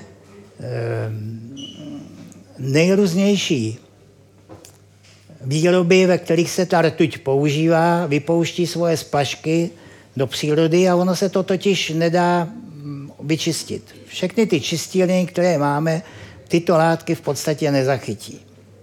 nejrůznější výroby, ve kterých se ta rtuť používá, vypouští svoje splašky do přírody a ono se to totiž nedá vyčistit. Všechny ty čistírny, které máme, tyto látky v podstatě nezachytí.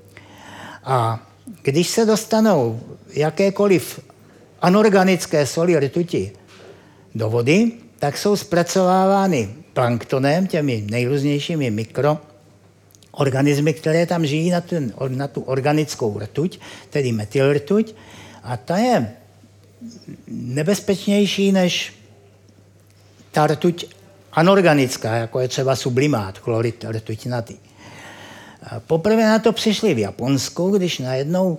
A když se dostanou jakékoliv anorganické soli rtuti do vody, tak jsou zpracovávány planktonem, těmi nejrůznějšími mikroorganismy, které tam žijí na, ten, na tu organickou rtuť, tedy metylrtuť. A ta je nebezpečnější než ta rtuť anorganická, jako je třeba sublimát, chlorid rtuťnatý. Poprvé na to přišli v Japonsku, když najednou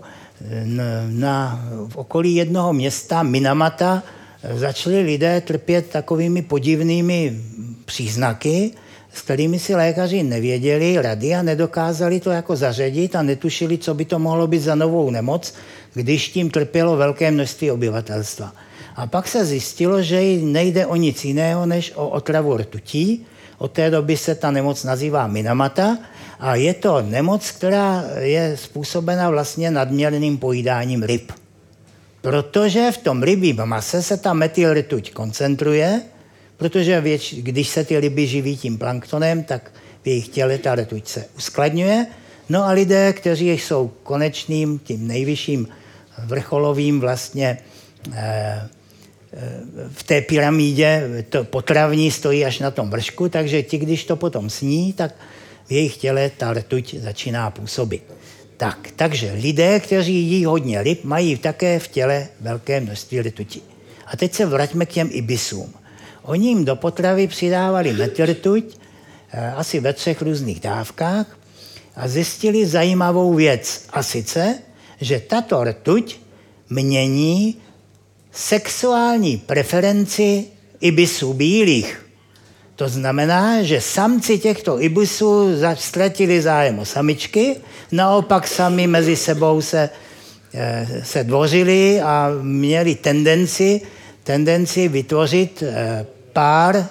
na, v okolí jednoho města Minamata začali lidé trpět takovými podivnými příznaky, s kterými si lékaři nevěděli rady a nedokázali to jako zařadit a netušili, co by to mohlo být za novou nemoc, když tím trpělo velké množství obyvatelstva. A pak se zjistilo, že nejde o nic jiného, než o otravu rtutí. Od té doby se ta nemoc nazývá Minamata a je to nemoc, která je způsobena vlastně nadměrným pojídáním ryb. Protože v tom rybím mase se ta metylrtuť koncentruje, protože věč, když se ty ryby živí tím planktonem, tak v jejich těle ta rtuť se uskladňuje. No a lidé, kteří jsou konečným, tím nejvyšším vrcholovým vlastně eh, v té pyramídě, to potravní stojí až na tom vršku, takže ti, když to potom sní, tak v jejich těle ta rtuť začíná působit. Tak, takže lidé, kteří jí hodně ryb, mají také v těle velké množství rtuti. A teď se vraťme k těm ibisům. Oni jim do potravy přidávali metylrtuť asi ve třech různých dávkách a zjistili zajímavou věc. A sice, že tato rtuť mění sexuální preferenci ibisů bílých. To znamená, že samci těchto ibisů ztratili zájem o samičky, naopak sami mezi sebou se, se dvořili a měli tendenci, tendenci vytvořit pár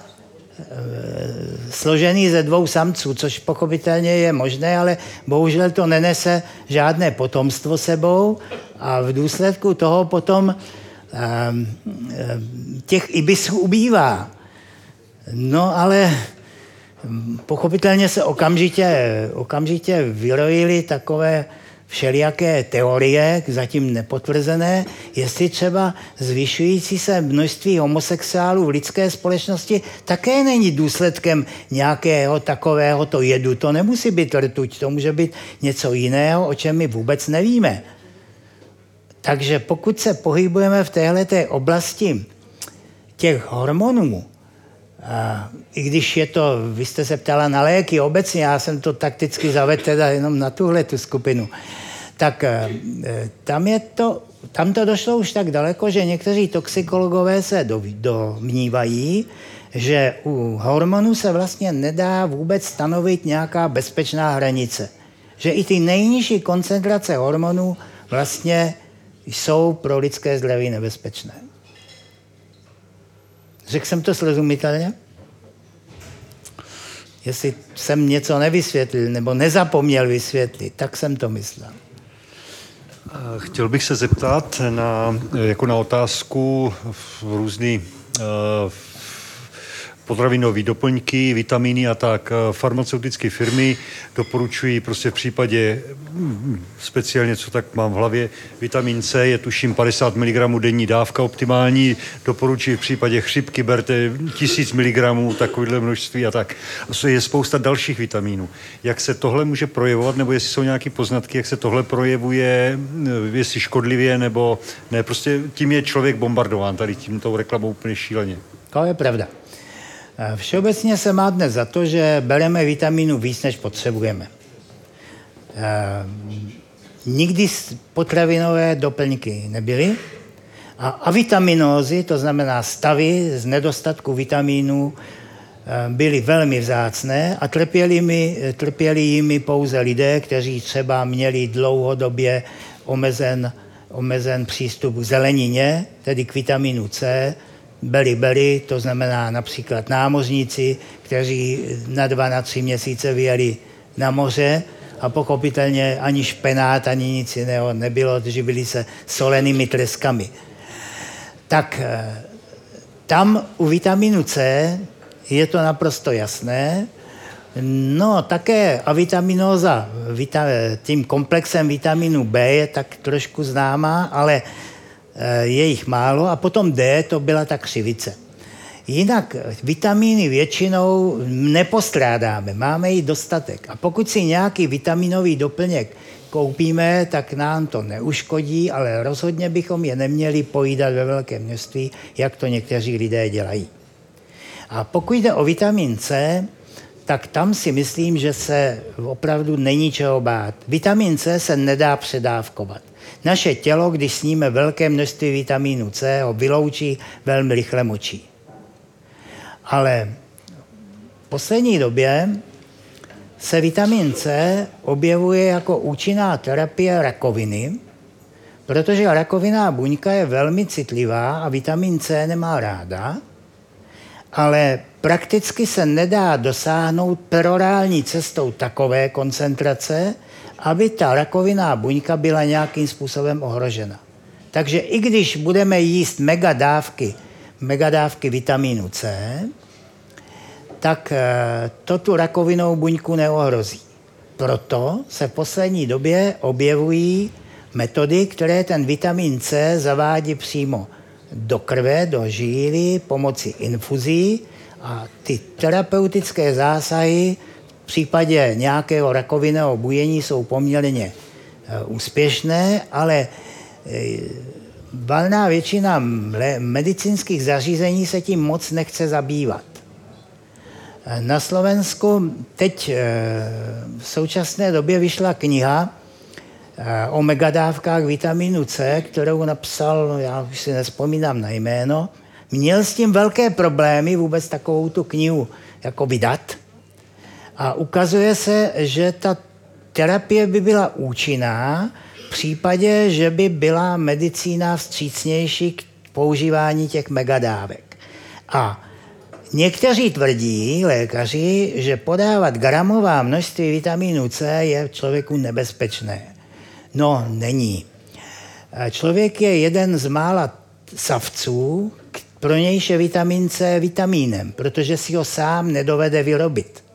složený ze dvou samců, což pochopitelně je možné, ale bohužel to nenese žádné potomstvo sebou a v důsledku toho potom těch ibisů ubývá. No ale pochopitelně se okamžitě, okamžitě vyrojily takové všelijaké teorie, zatím nepotvrzené, jestli třeba zvyšující se množství homosexuálů v lidské společnosti také není důsledkem nějakého takového to jedu. To nemusí být rtuť, to může být něco jiného, o čem my vůbec nevíme. Takže pokud se pohybujeme v téhleté oblasti těch hormonů, a i když je to, vy jste se ptala na léky obecně, já jsem to takticky zavedl teda jenom na tuhle tu skupinu, tak tam, je to, tam to došlo už tak daleko, že někteří toxikologové se domnívají, že u hormonů se vlastně nedá vůbec stanovit nějaká bezpečná hranice. Že i ty nejnižší koncentrace hormonů vlastně jsou pro lidské zdraví nebezpečné. Řekl jsem to srozumitelně? Jestli jsem něco nevysvětlil nebo nezapomněl vysvětlit, tak jsem to myslel. Chtěl bych se zeptat na, jako na otázku různý uh, potravinové doplňky, vitamíny a tak. Farmaceutické firmy doporučují prostě v případě, speciálně co tak mám v hlavě, vitamin C je tuším padesát miligramů denní dávka optimální, doporučují v případě chřipky berte tisíc miligramů, takovéhle množství a tak. A je spousta dalších vitamínů. Jak se tohle může projevovat, nebo jestli jsou nějaké poznatky, jak se tohle projevuje, jestli škodlivě, nebo ne, prostě tím je člověk bombardován tady tímto reklamou úplně šíleně. To je pravda. Všeobecně se má dnes za to, že bereme vitamínu víc, než potřebujeme. Nikdy potravinové doplňky nebyly a avitaminózy, to znamená stavy z nedostatku vitamínů, byly velmi vzácné a trpěli, mi, trpěli jimi pouze lidé, kteří třeba měli dlouhodobě omezen, omezen přístup k zelenině, tedy k vitamínu C, Beli-beli, to znamená například námořníci, kteří na dva, na tři měsíce vyjeli na moře a pochopitelně ani špenát, ani nic jiného nebylo, živili se solenými treskami. Tak tam u vitamínu C je to naprosto jasné. No také avitaminóza tím komplexem vitamínu B je tak trošku známá, ale je jich málo a potom D to byla ta křivice. Jinak vitamíny většinou nepostrádáme, máme jich dostatek. A pokud si nějaký vitaminový doplněk koupíme, tak nám to neuškodí, ale rozhodně bychom je neměli pojídat ve velkém množství, jak to někteří lidé dělají. A pokud jde o vitamin C, tak tam si myslím, že se opravdu není čeho bát. Vitamin C se nedá předávkovat. Naše tělo, když sníme velké množství vitamínu C, ho vyloučí velmi rychle močí. Ale v poslední době se vitamin C objevuje jako účinná terapie rakoviny, protože rakovinná buňka je velmi citlivá a vitamin C nemá ráda, ale prakticky se nedá dosáhnout perorální cestou takové koncentrace, aby ta rakovinná buňka byla nějakým způsobem ohrožena. Takže i když budeme jíst megadávky, megadávky vitamínu C, tak to tu rakovinnou buňku neohrozí. Proto se v poslední době objevují metody, které ten vitamin C zavádí přímo do krve, do žíly pomocí infuzí a ty terapeutické zásahy v případě nějakého rakovinného bujení jsou poměrně úspěšné, ale valná většina medicínských zařízení se tím moc nechce zabývat. Na Slovensku teď v současné době vyšla kniha o megadávkách vitamínu C, kterou napsal, já už si nespomínám na jméno, měl s tím velké problémy vůbec takovou tu knihu jako vydat. A ukazuje se, že ta terapie by byla účinná v případě, že by byla medicína vstřícnější k používání těch megadávek. A někteří tvrdí, lékaři, že podávat gramová množství vitamínu C je člověku nebezpečné. No, není. Člověk je jeden z mála savců, pro nějž je vitamin C vitamínem, protože si ho sám nedovede vyrobit.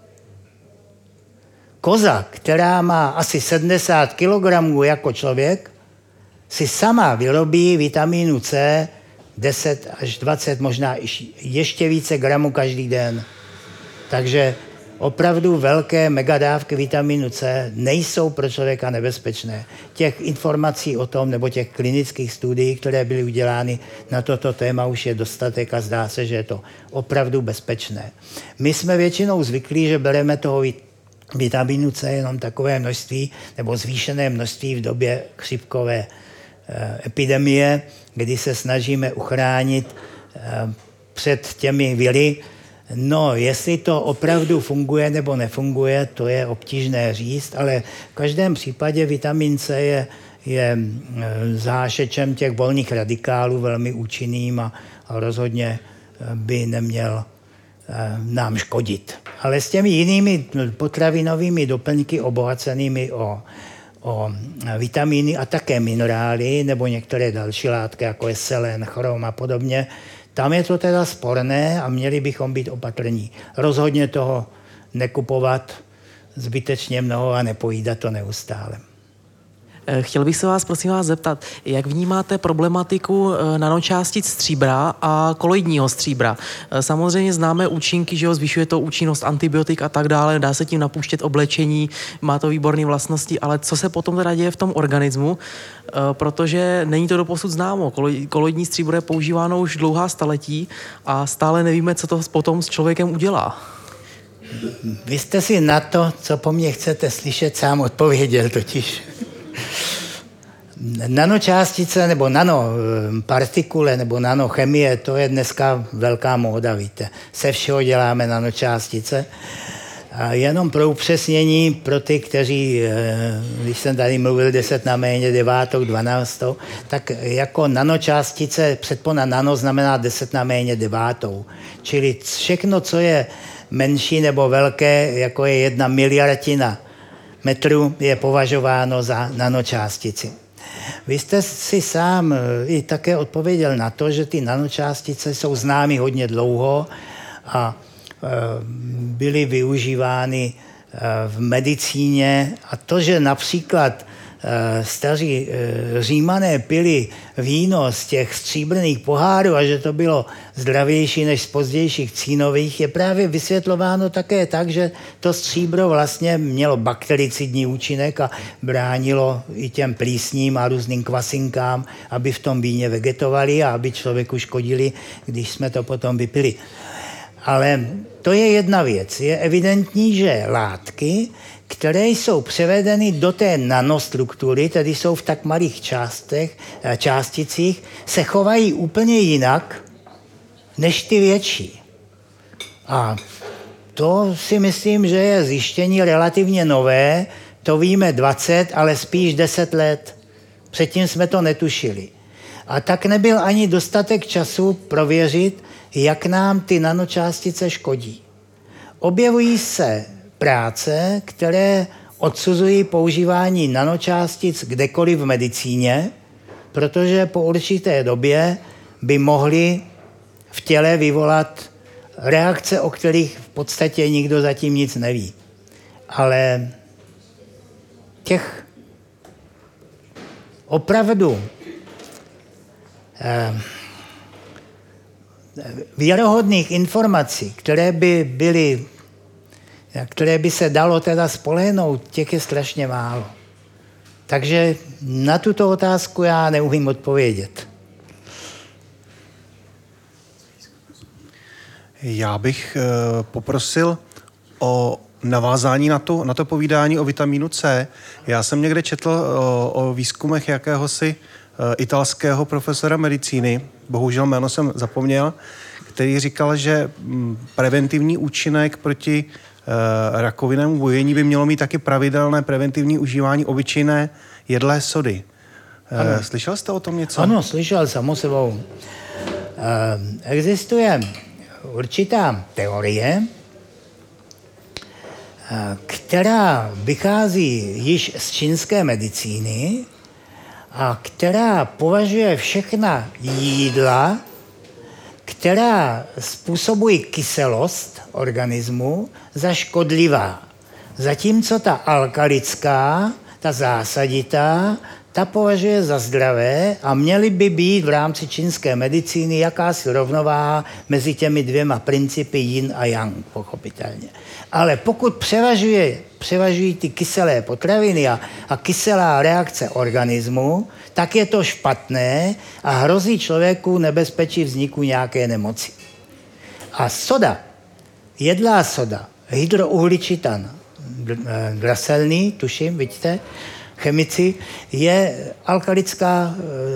Koza, která má asi sedmdesát kilogramů jako člověk, si sama vyrobí vitamínu C deset až dvacet, možná ještě více gramů každý den. Takže opravdu velké megadávky vitamínu C nejsou pro člověka nebezpečné. Těch informací o tom, nebo těch klinických studií, které byly udělány na toto téma, už je dostatek a zdá se, že je to opravdu bezpečné. My jsme většinou zvyklí, že bereme toho vitamínu C jenom takové množství, nebo zvýšené množství v době chřipkové eh, epidemie, kdy se snažíme uchránit eh, před těmi viry. No, jestli to opravdu funguje nebo nefunguje, to je obtížné říct, ale v každém případě vitamin C je, je zášečem těch volných radikálů velmi účinným a, a rozhodně by neměl nám škodit. Ale s těmi jinými potravinovými doplňky obohacenými o, o vitamíny a také minerály nebo některé další látky, jako je selen, chrom a podobně, tam je to teda sporné a měli bychom být opatrní. Rozhodně toho nekupovat zbytečně mnoho a nepojídat to neustále. Chtěl bych se vás, prosím vás, zeptat, jak vnímáte problematiku nanočástic stříbra a koloidního stříbra? Samozřejmě známe účinky, že ho zvyšuje to účinnost antibiotik a tak dále, dá se tím napouštět oblečení, má to výborné vlastnosti, ale co se potom teda děje v tom organismu, protože není to doposud známo. Koloidní stříbro je používáno už dlouhá staletí a stále nevíme, co to potom s člověkem udělá. Vy jste si na to, co po mně chcete slyšet, sám odpověděl totiž. Nanočástice nebo nanopartikule nebo nanochemie, to je dneska velká móda, víte. Se všeho děláme nanočástice. A jenom pro upřesnění, pro ty, kteří, když jsem tady mluvil deset na méně, devátou, dvanáctou, tak jako nanočástice, předpona nano znamená deset na méně devátou. Čili všechno, co je menší nebo velké, jako je jedna miliardina metru, je považováno za nanočástici. Vy jste si sám i také odpověděl na to, že ty nanočástice jsou známy hodně dlouho a byly využívány v medicíně. A to, že například staří Římané pili víno z těch stříbrných pohárů a že to bylo zdravější než z pozdějších cínových, je právě vysvětlováno také tak, že to stříbro vlastně mělo baktericidní účinek a bránilo i těm plísním a různým kvasinkám, aby v tom víně vegetovali a aby člověku škodili, když jsme to potom vypili. Ale to je jedna věc. Je evidentní, že látky, které jsou převedeny do té nanostruktury, tedy jsou v tak malých částech, částicích, se chovají úplně jinak než ty větší. A to si myslím, že je zjištění relativně nové, to víme dvacet, ale spíš deset let. Předtím jsme to netušili. A tak nebyl ani dostatek času prověřit, jak nám ty nanočástice škodí. Objevují se práce, které odsuzují používání nanočástic kdekoliv v medicíně, protože po určité době by mohly v těle vyvolat reakce, o kterých v podstatě nikdo zatím nic neví. Ale těch opravdu eh, věrohodných informací, které by byly, které by se dalo teda spolehnout, těch je strašně málo. Takže na tuto otázku já neumím odpovědět. Já bych e, poprosil o navázání na to, na to povídání o vitamínu C. Já jsem někde četl o, o výzkumech jakéhosi e, italského profesora medicíny, bohužel jméno jsem zapomněl, který říkal, že m, preventivní účinek proti e, rakovinnému bujení by mělo mít taky pravidelné preventivní užívání obyčejné jedlé sody. E, slyšel jste o tom něco? Ano, slyšel, samo sebou. E, existuje určitá teorie, která vychází již z čínské medicíny a která považuje všechna jídla, která způsobují kyselost organismu, za škodlivá. Zatímco ta alkalická, ta zásaditá, ta považuje za zdravé a měly by být v rámci čínské medicíny jakási rovnováha mezi těmi dvěma principy yin a yang, pochopitelně. Ale pokud převažuje, převažují ty kyselé potraviny a, a kyselá reakce organismu, tak je to špatné a hrozí člověku nebezpečí vzniku nějaké nemoci. A soda, jedlá soda, hydrouhličitan draselný, tuším, vidíte, chemici, je alkalická,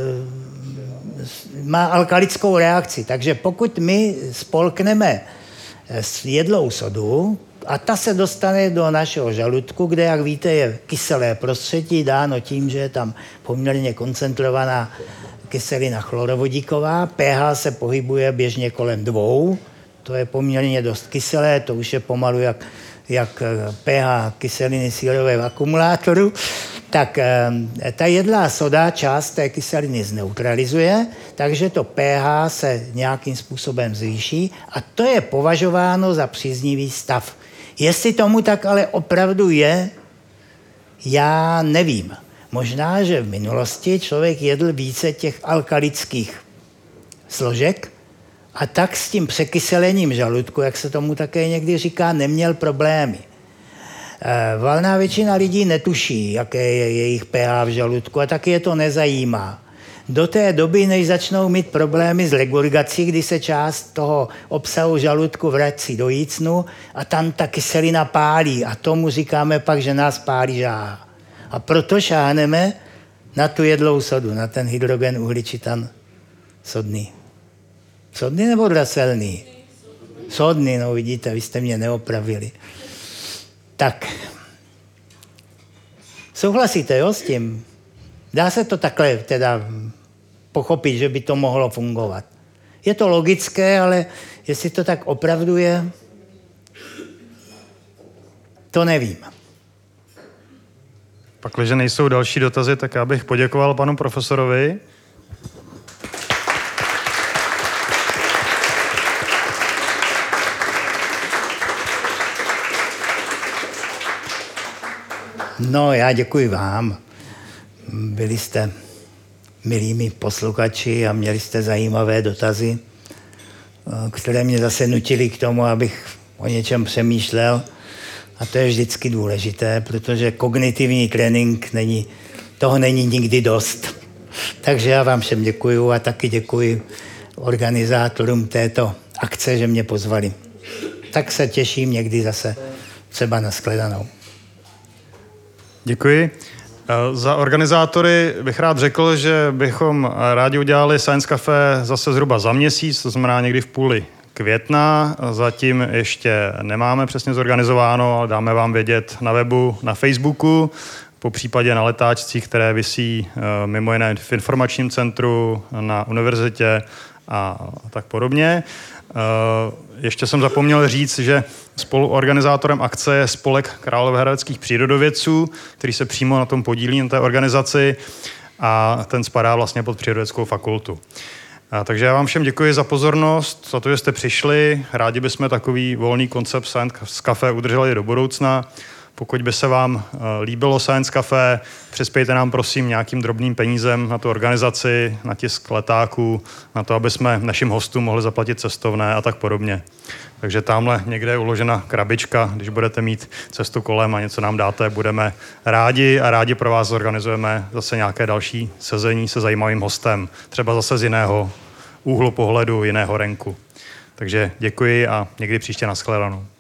má alkalickou reakci. Takže pokud my spolkneme s jedlou sodu a ta se dostane do našeho žaludku, kde, jak víte, je kyselé prostředí, dáno tím, že je tam poměrně koncentrovaná kyselina chlorovodíková, pH se pohybuje běžně kolem dvou, to je poměrně dost kyselé, to už je pomalu jak, jak pH kyseliny sírové v akumulátoru, tak ta jedlá soda část té kyseliny zneutralizuje, takže to pH se nějakým způsobem zvýší a to je považováno za příznivý stav. Jestli tomu tak ale opravdu je, já nevím. Možná, že v minulosti člověk jedl více těch alkalických složek a tak s tím překyselením žaludku, jak se tomu také někdy říká, neměl problémy. Valná většina lidí netuší, jaké je jejich pH v žaludku a taky je to nezajímá. Do té doby, než začnou mít problémy s regurgací, kdy se část toho obsahu žaludku vrací do jícnu a tam ta kyselina pálí a tomu říkáme pak, že nás pálí žáha. A proto šáhneme na tu jedlou sodu, na ten hydrogen uhličitan sodný. Sodný nebo draselný? Sodný, no vidíte, vy jste mě neopravili. Tak, souhlasíte, jo, s tím? Dá se to takhle teda pochopit, že by to mohlo fungovat. Je to logické, ale jestli to tak opravdu je, to nevím. Pakliže nejsou další dotazy, tak já bych poděkoval panu profesorovi. No, já děkuji vám. Byli jste milými posluchači a měli jste zajímavé dotazy, které mě zase nutily k tomu, abych o něčem přemýšlel. A to je vždycky důležité, protože kognitivní trénink není, toho není nikdy dost. Takže já vám všem děkuju a taky děkuji organizátorům této akce, že mě pozvali. Tak se těším někdy zase třeba na shledanou. Děkuji. Za organizátory bych rád řekl, že bychom rádi udělali Science Café zase zhruba za měsíc, to znamená někdy v půli května. Zatím ještě nemáme přesně zorganizováno, ale dáme vám vědět na webu, na Facebooku, po případě na letáčcích, které visí mimo jiné v informačním centru, na univerzitě a tak podobně. Ještě jsem zapomněl říct, že spoluorganizátorem akce je Spolek královéhradeckých přírodovědců, který se přímo na tom podílí, na té organizaci, a ten spadá vlastně pod Přírodovědeckou fakultu. A takže já vám všem děkuji za pozornost, za to, že jste přišli. Rádi bychom takový volný koncept Science Café udrželi do budoucna. Pokud by se vám líbilo Science Café, přispějte nám prosím nějakým drobným penízem na tu organizaci, na tisk letáků, na to, aby jsme našim hostům mohli zaplatit cestovné a tak podobně. Takže tamhle někde je uložena krabička, když budete mít cestu kolem a něco nám dáte, budeme rádi a rádi pro vás zorganizujeme zase nějaké další sezení se zajímavým hostem, třeba zase z jiného úhlu pohledu, jiného renku. Takže děkuji a někdy příště na shledanou.